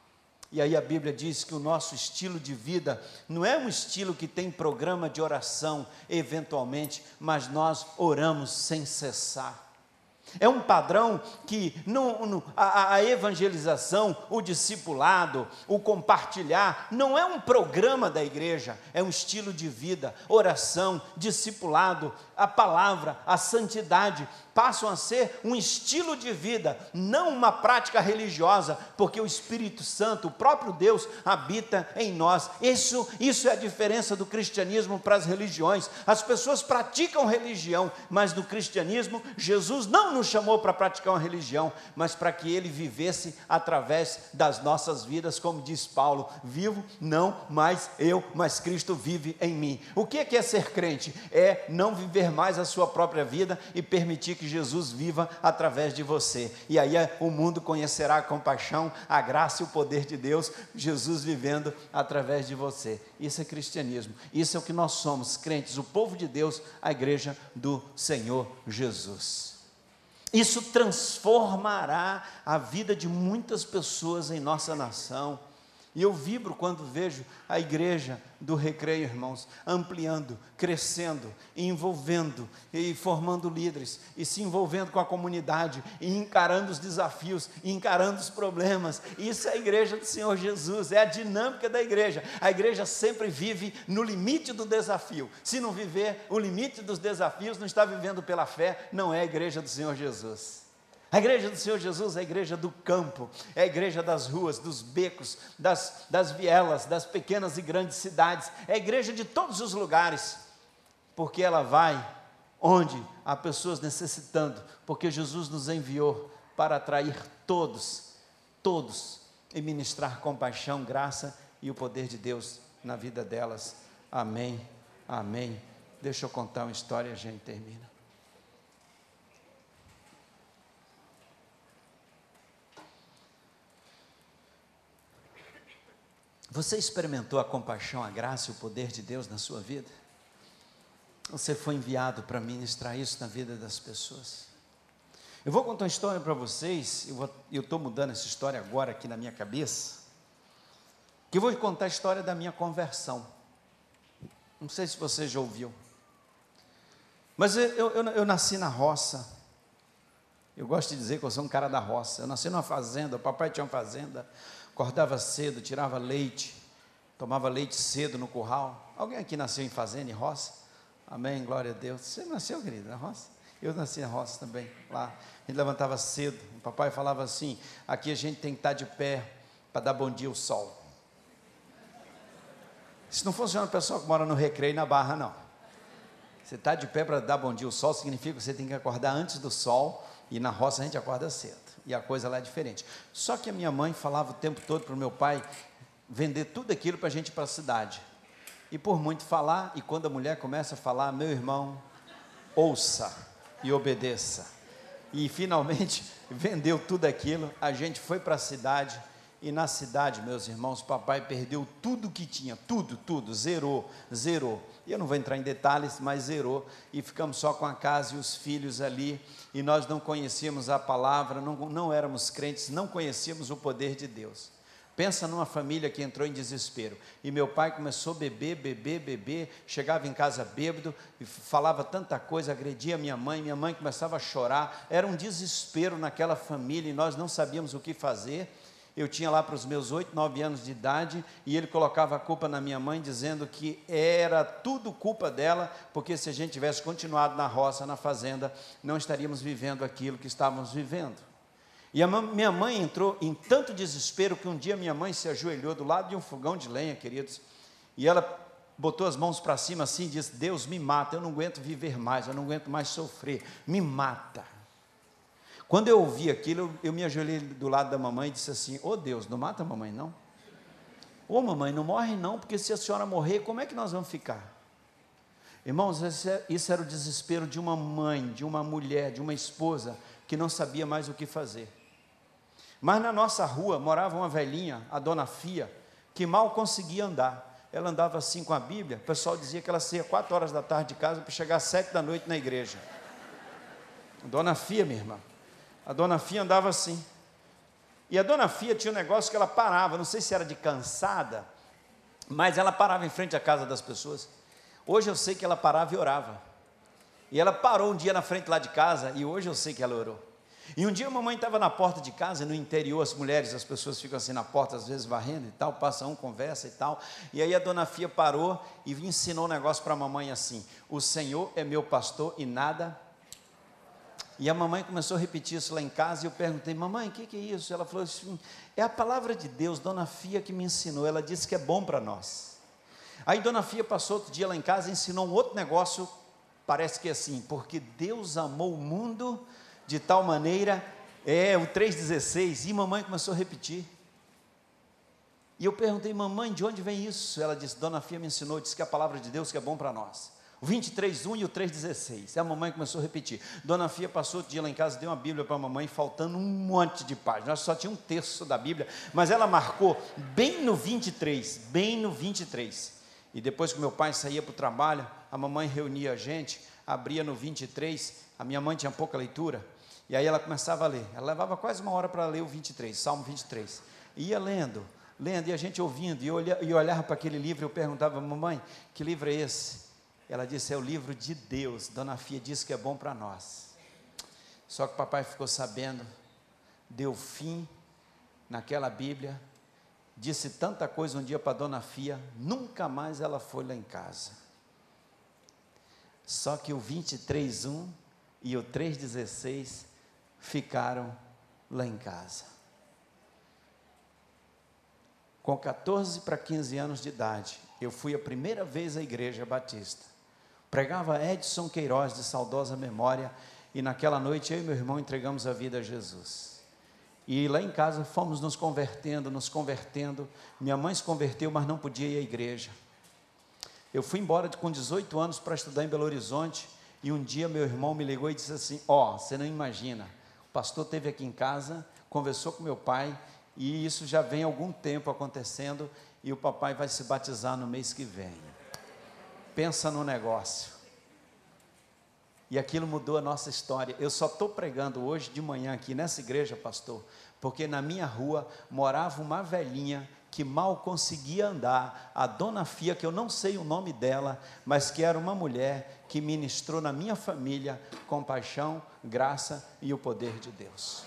E aí a Bíblia diz que o nosso estilo de vida não é um estilo que tem programa de oração, eventualmente, mas nós oramos sem cessar. É um padrão que a evangelização, o discipulado, o compartilhar, não é um programa da igreja, é um estilo de vida. Oração, discipulado, a palavra, a santidade passam a ser um estilo de vida, não uma prática religiosa, porque o Espírito Santo, o próprio Deus, habita em nós. Isso é a diferença do cristianismo para as religiões. As pessoas praticam religião, mas no cristianismo, Jesus não nos chamou para praticar uma religião, mas para que Ele vivesse através das nossas vidas, como diz Paulo, vivo não mais eu, mas Cristo vive em mim. O que é ser crente? É não viver mais a sua própria vida e permitir que Jesus viva através de você, e aí o mundo conhecerá a compaixão, a graça e o poder de Deus, Jesus vivendo através de você. Isso é cristianismo, isso é o que nós somos, crentes, o povo de Deus, a igreja do Senhor Jesus. Isso transformará a vida de muitas pessoas em nossa nação. E eu vibro quando vejo a igreja do Recreio, irmãos, ampliando, crescendo, envolvendo e formando líderes, e se envolvendo com a comunidade, e encarando os desafios, e encarando os problemas. Isso é a igreja do Senhor Jesus, é a dinâmica da igreja. A igreja sempre vive no limite do desafio. Se não viver o limite dos desafios, não está vivendo pela fé, não é a igreja do Senhor Jesus. A igreja do Senhor Jesus é a igreja do campo, é a igreja das ruas, dos becos, das vielas, das pequenas e grandes cidades, é a igreja de todos os lugares, porque ela vai onde há pessoas necessitando, porque Jesus nos enviou para atrair todos, e ministrar compaixão, graça e o poder de Deus na vida delas. Amém, amém. Deixa eu contar uma história e a gente termina. Você experimentou a compaixão, a graça e o poder de Deus na sua vida? Você foi enviado para ministrar isso na vida das pessoas. Eu vou contar uma história para vocês, eu estou mudando essa história agora aqui na minha cabeça, que eu vou contar a história da minha conversão. Não sei se você já ouviu, mas eu nasci na roça. Eu gosto de dizer que eu sou um cara da roça. Eu nasci numa fazenda, o papai tinha uma fazenda, acordava cedo, tirava leite, tomava leite cedo no curral. Alguém aqui nasceu em fazenda, em roça? Amém, glória a Deus. Você nasceu, querido, na roça? Eu nasci na roça também, lá. A gente levantava cedo, o papai falava assim, aqui a gente tem que estar de pé para dar bom dia ao sol. Isso não funciona para o pessoal que mora no Recreio, na Barra, não. Você está de pé para dar bom dia ao sol, significa que você tem que acordar antes do sol, e na roça a gente acorda cedo, e a coisa lá é diferente. Só que a minha mãe falava o tempo todo para o meu pai vender tudo aquilo para a gente ir para a cidade. E por muito falar, e quando a mulher começa a falar, meu irmão, ouça e obedeça. E finalmente vendeu tudo aquilo, a gente foi para a cidade, e na cidade, meus irmãos, papai perdeu tudo que tinha, tudo, zerou. E eu não vou entrar em detalhes, mas zerou, e ficamos só com a casa e os filhos ali, e nós não conhecíamos a palavra, não éramos crentes, não conhecíamos o poder de Deus. Pensa numa família que entrou em desespero, e meu pai começou a beber, chegava em casa bêbado, e falava tanta coisa, agredia minha mãe começava a chorar, era um desespero naquela família, e nós não sabíamos o que fazer. Eu tinha lá para os meus 8, 9 anos de idade, e ele colocava a culpa na minha mãe, dizendo que era tudo culpa dela, porque se a gente tivesse continuado na roça, na fazenda, não estaríamos vivendo aquilo que estávamos vivendo. E minha mãe entrou em tanto desespero, que um dia minha mãe se ajoelhou do lado de um fogão de lenha, queridos, e ela botou as mãos para cima assim, e disse, Deus me mata, eu não aguento viver mais, eu não aguento mais sofrer, me mata. Quando eu ouvi aquilo, eu me ajoelhei do lado da mamãe e disse assim, ô Deus, não mata a mamãe não? Ô mamãe, não morre não, porque se a senhora morrer, como é que nós vamos ficar? Irmãos, isso era o desespero de uma mãe, de uma mulher, de uma esposa, que não sabia mais o que fazer. Mas na nossa rua morava uma velhinha, a dona Fia, que mal conseguia andar. Ela andava assim com a Bíblia, o pessoal dizia que ela saía 4 horas da tarde de casa para chegar às 7 da noite na igreja. Dona Fia, minha irmã. A dona Fia andava assim, E a dona Fia tinha um negócio que ela parava, não sei se era de cansada, mas ela parava em frente à casa das pessoas. Hoje eu sei que ela parava e orava. E ela parou um dia na frente lá de casa, e hoje eu sei que ela orou. E um dia a mamãe estava na porta de casa, no interior, as mulheres, as pessoas ficam assim na porta, às vezes varrendo e tal, passa um, conversa e tal. E aí a dona Fia parou e ensinou um negócio para a mamãe assim: o Senhor é meu pastor e nada. E a mamãe começou a repetir isso lá em casa, e eu perguntei: mamãe, o que é isso? Ela falou assim: é a palavra de Deus, dona Fia que me ensinou, ela disse que é bom para nós. Aí dona Fia passou outro dia lá em casa e ensinou um outro negócio, parece que é assim: porque Deus amou o mundo de tal maneira, o 3,16, e mamãe começou a repetir. E eu perguntei: mamãe, de onde vem isso? Ela disse: dona Fia me ensinou, disse que é a palavra de Deus que é bom para nós. O 23,1 e o 3,16. E a mamãe começou a repetir. Dona Fia passou outro dia lá em casa, deu uma Bíblia para a mamãe, faltando um monte de páginas. Nós só tinha um terço da Bíblia, mas ela marcou bem no 23, bem no 23. E depois que meu pai saía para o trabalho, a mamãe reunia a gente, abria no 23, a minha mãe tinha pouca leitura, e aí ela começava a ler. Ela levava quase uma hora para ler o 23, Salmo 23. E ia lendo, e a gente ouvindo, e olhava para aquele livro, e eu perguntava: mamãe, que livro é esse? Ela disse: é o livro de Deus, dona Fia disse que é bom para nós. Só que papai ficou sabendo, deu fim naquela Bíblia, disse tanta coisa um dia para dona Fia, nunca mais ela foi lá em casa. Só que o 23,1 e o 3,16 ficaram lá em casa. Com 14 para 15 anos de idade, eu fui a primeira vez à Igreja Batista. Pregava Edson Queiroz, de saudosa memória, e naquela noite eu e meu irmão entregamos a vida a Jesus. E lá em casa fomos nos convertendo. Minha mãe se converteu, mas não podia ir à igreja. Eu fui embora com 18 anos para estudar em Belo Horizonte, e um dia meu irmão me ligou e disse assim: você não imagina, o pastor esteve aqui em casa, conversou com meu pai, e isso já vem há algum tempo acontecendo, e o papai vai se batizar no mês que vem. Pensa no negócio. E aquilo mudou a nossa história. Eu só estou pregando hoje de manhã aqui nessa igreja, pastor, porque na minha rua morava uma velhinha que mal conseguia andar, a dona Fia, que eu não sei o nome dela, mas que era uma mulher que ministrou na minha família compaixão, graça e o poder de Deus.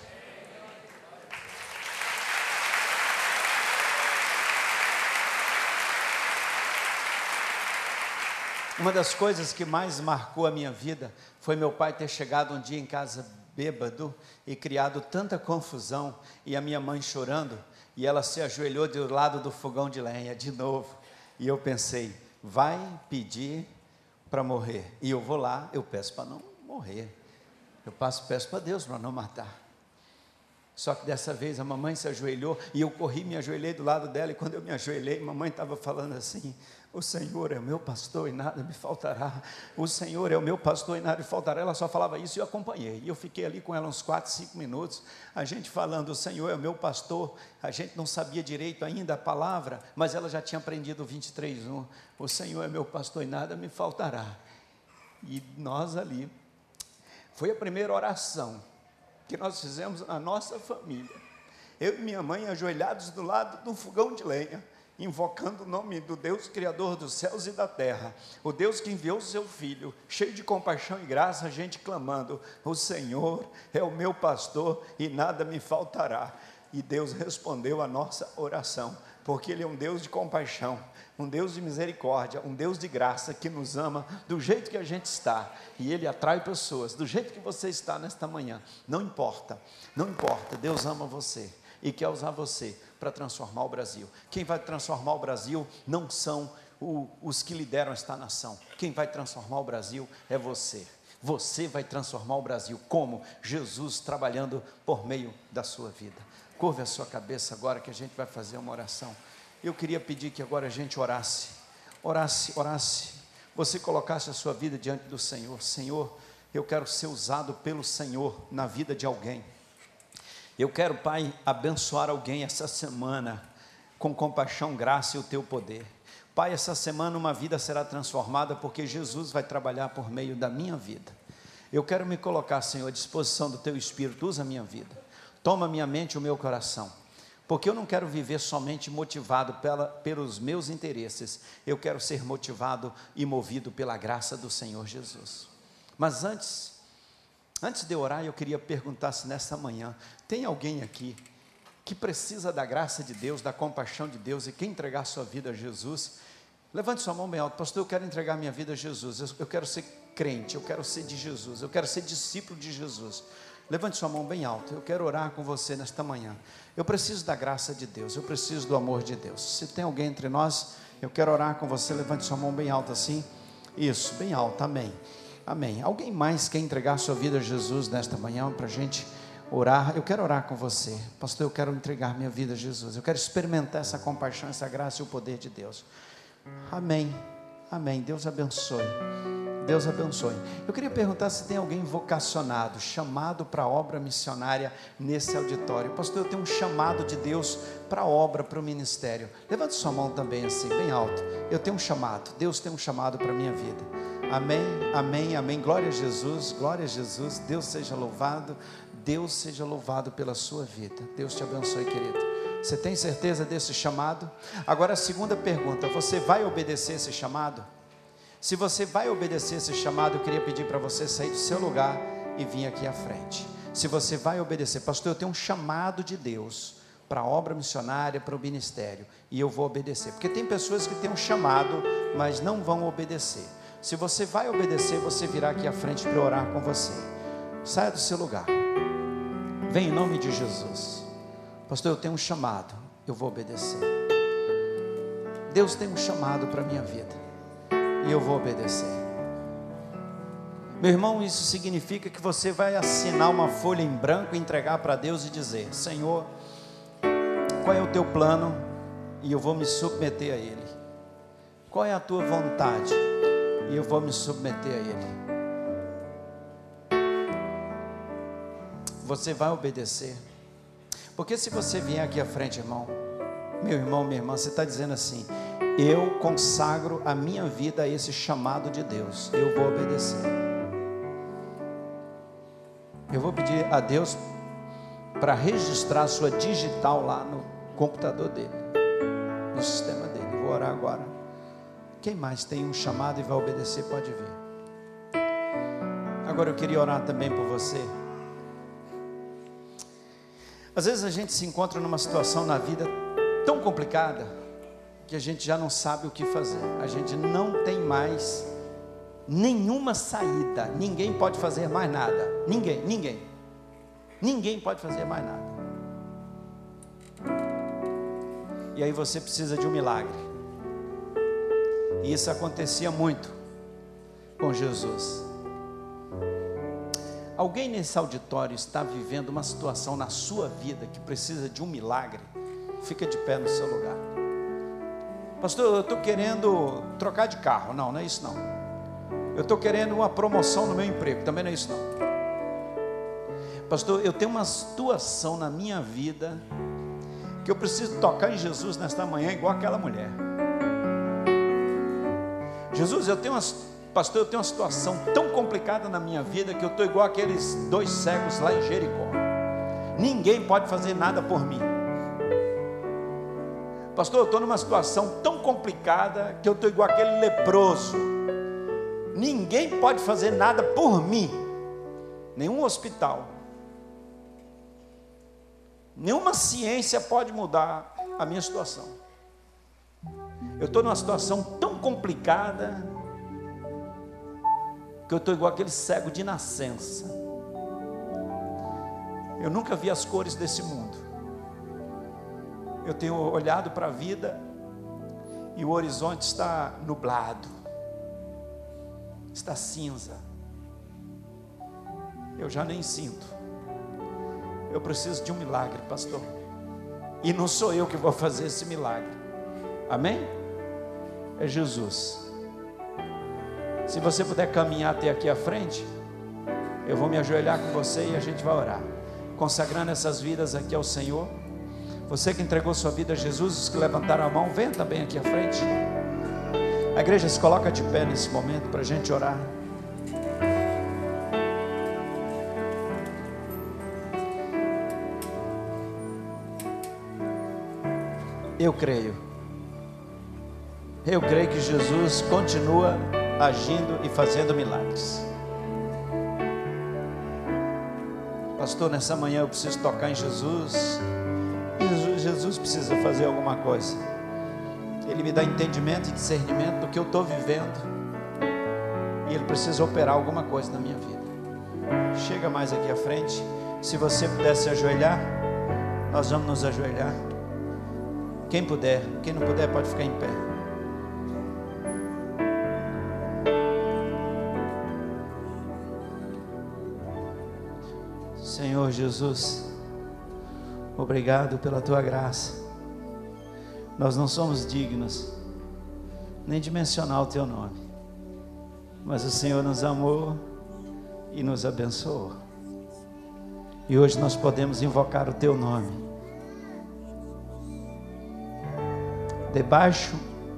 Uma das coisas que mais marcou a minha vida foi meu pai ter chegado um dia em casa bêbado e criado tanta confusão, e a minha mãe chorando, e ela se ajoelhou do lado do fogão de lenha de novo, e eu pensei: vai pedir para morrer, e eu vou lá, eu peço para não morrer, peço para Deus para não matar. Só que dessa vez a mamãe se ajoelhou, e eu corri, me ajoelhei do lado dela, e quando eu me ajoelhei, a mamãe estava falando assim: o Senhor é o meu pastor e nada me faltará, o Senhor é o meu pastor e nada me faltará. Ela só falava isso e eu acompanhei, e eu fiquei ali com ela uns 4, 5 minutos, a gente falando: o Senhor é o meu pastor. A gente não sabia direito ainda a palavra, mas ela já tinha aprendido o 23,1, o Senhor é meu pastor e nada me faltará. E nós ali, foi a primeira oração que nós fizemos na nossa família, eu e minha mãe ajoelhados do lado do fogão de lenha, invocando o nome do Deus Criador dos céus e da terra, o Deus que enviou o seu Filho, cheio de compaixão e graça, a gente clamando: o Senhor é o meu pastor e nada me faltará. E Deus respondeu a nossa oração, porque Ele é um Deus de compaixão, um Deus de misericórdia, um Deus de graça, que nos ama do jeito que a gente está, e Ele atrai pessoas, do jeito que você está nesta manhã, não importa, Deus ama você, e quer usar você para transformar o Brasil. Quem vai transformar o Brasil não são os que lideram esta nação, quem vai transformar o Brasil é você. Você vai transformar o Brasil, como? Jesus trabalhando por meio da sua vida. Curve a sua cabeça agora, que a gente vai fazer uma oração. Eu queria pedir que agora a gente orasse, você colocasse a sua vida diante do Senhor. Senhor, eu quero ser usado pelo Senhor na vida de alguém. Eu quero, Pai, abençoar alguém essa semana, com compaixão, graça e o Teu poder. Pai, essa semana uma vida será transformada, porque Jesus vai trabalhar por meio da minha vida. Eu quero me colocar, Senhor, à disposição do Teu Espírito. Usa a minha vida. Toma minha mente e o meu coração, porque eu não quero viver somente motivado pelos meus interesses, eu quero ser motivado e movido pela graça do Senhor Jesus. Mas antes de eu orar, eu queria perguntar se nessa manhã tem alguém aqui que precisa da graça de Deus, da compaixão de Deus e quer entregar sua vida a Jesus. Levante sua mão bem alto. Pastor, eu quero entregar minha vida a Jesus, eu quero ser crente, eu quero ser de Jesus, eu quero ser discípulo de Jesus. Levante sua mão bem alto, eu quero orar com você nesta manhã. Eu preciso da graça de Deus, eu preciso do amor de Deus. Se tem alguém entre nós, eu quero orar com você. Levante sua mão bem alta assim, isso, bem alto, amém, amém. Alguém mais quer entregar sua vida a Jesus nesta manhã, para a gente orar? Eu quero orar com você. Pastor, eu quero entregar minha vida a Jesus, eu quero experimentar essa compaixão, essa graça e o poder de Deus. Amém, amém, Deus abençoe. Deus abençoe. Eu queria perguntar se tem alguém vocacionado, chamado para a obra missionária nesse auditório. Pastor, eu tenho um chamado de Deus para a obra, para o ministério. Levante sua mão também assim, bem alto. Eu tenho um chamado, Deus tem um chamado para a minha vida. Amém, amém, amém. Glória a Jesus, glória a Jesus. Deus seja louvado, Deus seja louvado pela sua vida. Deus te abençoe, querido. Você tem certeza desse chamado? Agora a segunda pergunta, você vai obedecer esse chamado? Se você vai obedecer esse chamado, eu queria pedir para você sair do seu lugar e vir aqui à frente. Se você vai obedecer, pastor, eu tenho um chamado de Deus para a obra missionária, para o ministério, e eu vou obedecer, porque tem pessoas que têm um chamado, mas não vão obedecer. Se você vai obedecer, você virá aqui à frente para orar com você. Saia do seu lugar, vem em nome de Jesus. Pastor, eu tenho um chamado, eu vou obedecer. Deus tem um chamado para a minha vida e eu vou obedecer. Meu irmão, isso significa que você vai assinar uma folha em branco e entregar para Deus e dizer: Senhor, qual é o teu plano? E eu vou me submeter a Ele. Qual é a tua vontade? E eu vou me submeter a Ele. Você vai obedecer. Porque se você vier aqui à frente, irmão, minha irmã, você está dizendo assim: eu consagro a minha vida a esse chamado de Deus, eu vou obedecer. Eu vou pedir a Deus para registrar a sua digital lá no computador dele, no sistema dele. Eu vou orar agora. Quem mais tem um chamado e vai obedecer, pode vir. Agora eu queria orar também por você. Às vezes a gente se encontra numa situação na vida tão complicada que a gente já não sabe o que fazer. A gente não tem mais nenhuma saída. Ninguém pode fazer mais nada. Ninguém pode fazer mais nada. E aí você precisa de um milagre. E isso acontecia muito com Jesus. Alguém nesse auditório está vivendo uma situação na sua vida que precisa de um milagre? Fica de pé no seu lugar. Pastor, eu estou querendo trocar de carro. Não, não é isso não. Eu estou querendo uma promoção no meu emprego. Também não é isso não. Pastor, eu tenho uma situação na minha vida que eu preciso tocar em Jesus nesta manhã, igual aquela mulher. Jesus, pastor, eu tenho uma situação tão complicada na minha vida que eu estou igual aqueles 2 cegos lá em Jericó. Ninguém pode fazer nada por mim. Pastor, eu estou numa situação tão complicada que eu estou igual aquele leproso. Ninguém pode fazer nada por mim. Nenhum hospital, nenhuma ciência pode mudar a minha situação. Eu estou numa situação tão complicada que eu estou igual aquele cego de nascença. Eu nunca vi as cores desse mundo. Eu tenho olhado para a vida e o horizonte está nublado, está cinza. Eu já nem sinto. Eu preciso de um milagre, pastor. E não sou eu que vou fazer esse milagre. Amém? É Jesus. Se você puder caminhar até aqui à frente, eu vou me ajoelhar com você e a gente vai orar, consagrando essas vidas aqui ao Senhor. Você que entregou sua vida a Jesus, os que levantaram a mão, venha também aqui à frente. A igreja se coloca de pé nesse momento para a gente orar. Eu creio que Jesus continua agindo e fazendo milagres. Pastor, nessa manhã eu preciso tocar em Jesus. Jesus precisa fazer alguma coisa. Ele me dá entendimento e discernimento do que eu estou vivendo, e Ele precisa operar alguma coisa na minha vida. Chega mais aqui à frente. Se você puder se ajoelhar, nós vamos nos ajoelhar. Quem puder, quem não puder pode ficar em pé. Senhor Jesus, obrigado pela Tua graça. Nós não somos dignos nem de mencionar o Teu nome, mas o Senhor nos amou e nos abençoou, e hoje nós podemos invocar o Teu nome, debaixo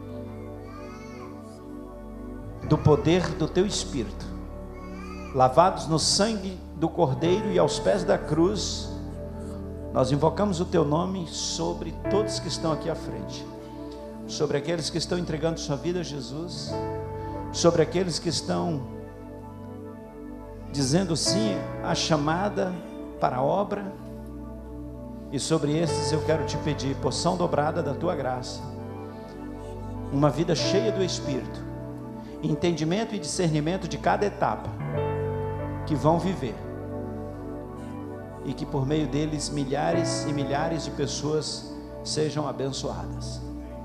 do poder do Teu Espírito, lavados no sangue do Cordeiro e aos pés da cruz. Nós invocamos o Teu nome sobre todos que estão aqui à frente, sobre aqueles que estão entregando sua vida a Jesus, sobre aqueles que estão dizendo sim à chamada para a obra, e sobre esses eu quero te pedir porção dobrada da Tua graça, uma vida cheia do Espírito, entendimento e discernimento de cada etapa que vão viver, e que por meio deles milhares e milhares de pessoas sejam abençoadas.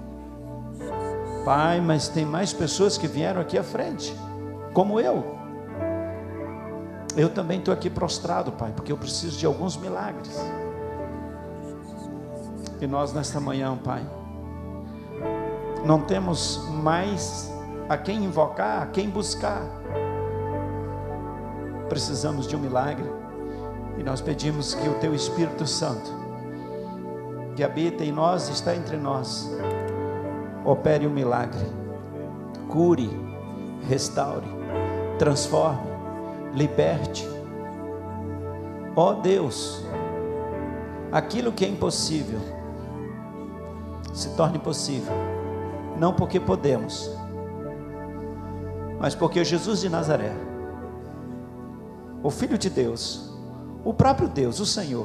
Pai, mas tem mais pessoas que vieram aqui à frente, como eu também estou aqui prostrado, Pai, porque eu preciso de alguns milagres. E nós nesta manhã, Pai, não temos mais a quem invocar, a quem buscar. Precisamos de um milagre, e nós pedimos que o Teu Espírito Santo, que habita em nós, está entre nós, opere um milagre, cure, restaure, transforme, liberte. Ó Deus, aquilo que é impossível se torne possível, não porque podemos, mas porque Jesus de Nazaré, o Filho de Deus, o próprio Deus, o Senhor,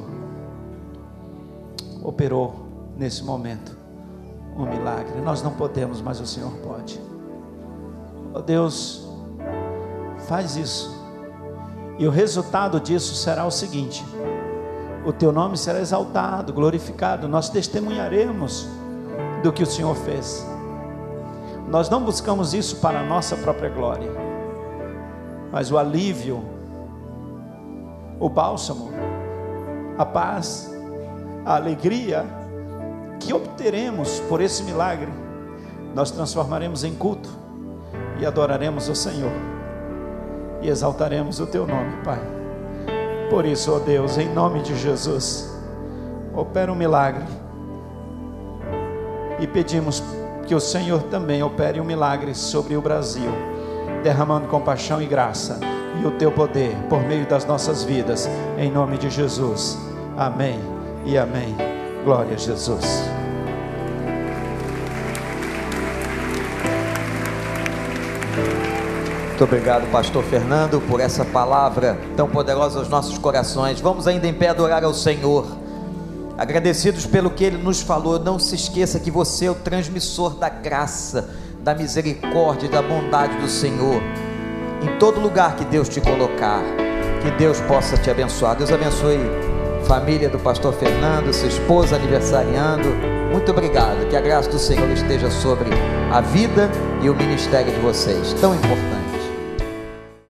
operou nesse momento um milagre. Nós não podemos, mas o Senhor pode. Ó Deus, faz isso, e o resultado disso será o seguinte: o Teu nome será exaltado, glorificado. Nós testemunharemos do que o Senhor fez. Nós não buscamos isso para a nossa própria glória, mas o alívio, o bálsamo, a paz, a alegria que obteremos por esse milagre, nós transformaremos em culto e adoraremos o Senhor e exaltaremos o Teu nome, Pai. Por isso, ó Deus, em nome de Jesus, opera um milagre, e pedimos que o Senhor também opere um milagre sobre o Brasil, derramando compaixão e graça e o Teu poder por meio das nossas vidas, em nome de Jesus. Amém e amém. Glória a Jesus. Muito obrigado, pastor Fernando, por essa palavra tão poderosa aos nossos corações. Vamos ainda em pé adorar ao Senhor, agradecidos pelo que Ele nos falou. Não se esqueça que você é o transmissor da graça, da misericórdia e da bondade do Senhor, em todo lugar que Deus te colocar. Que Deus possa te abençoar. Deus abençoe a família do pastor Fernando, sua esposa aniversariando. Muito obrigado, que a graça do Senhor esteja sobre a vida e o ministério de vocês, tão importante.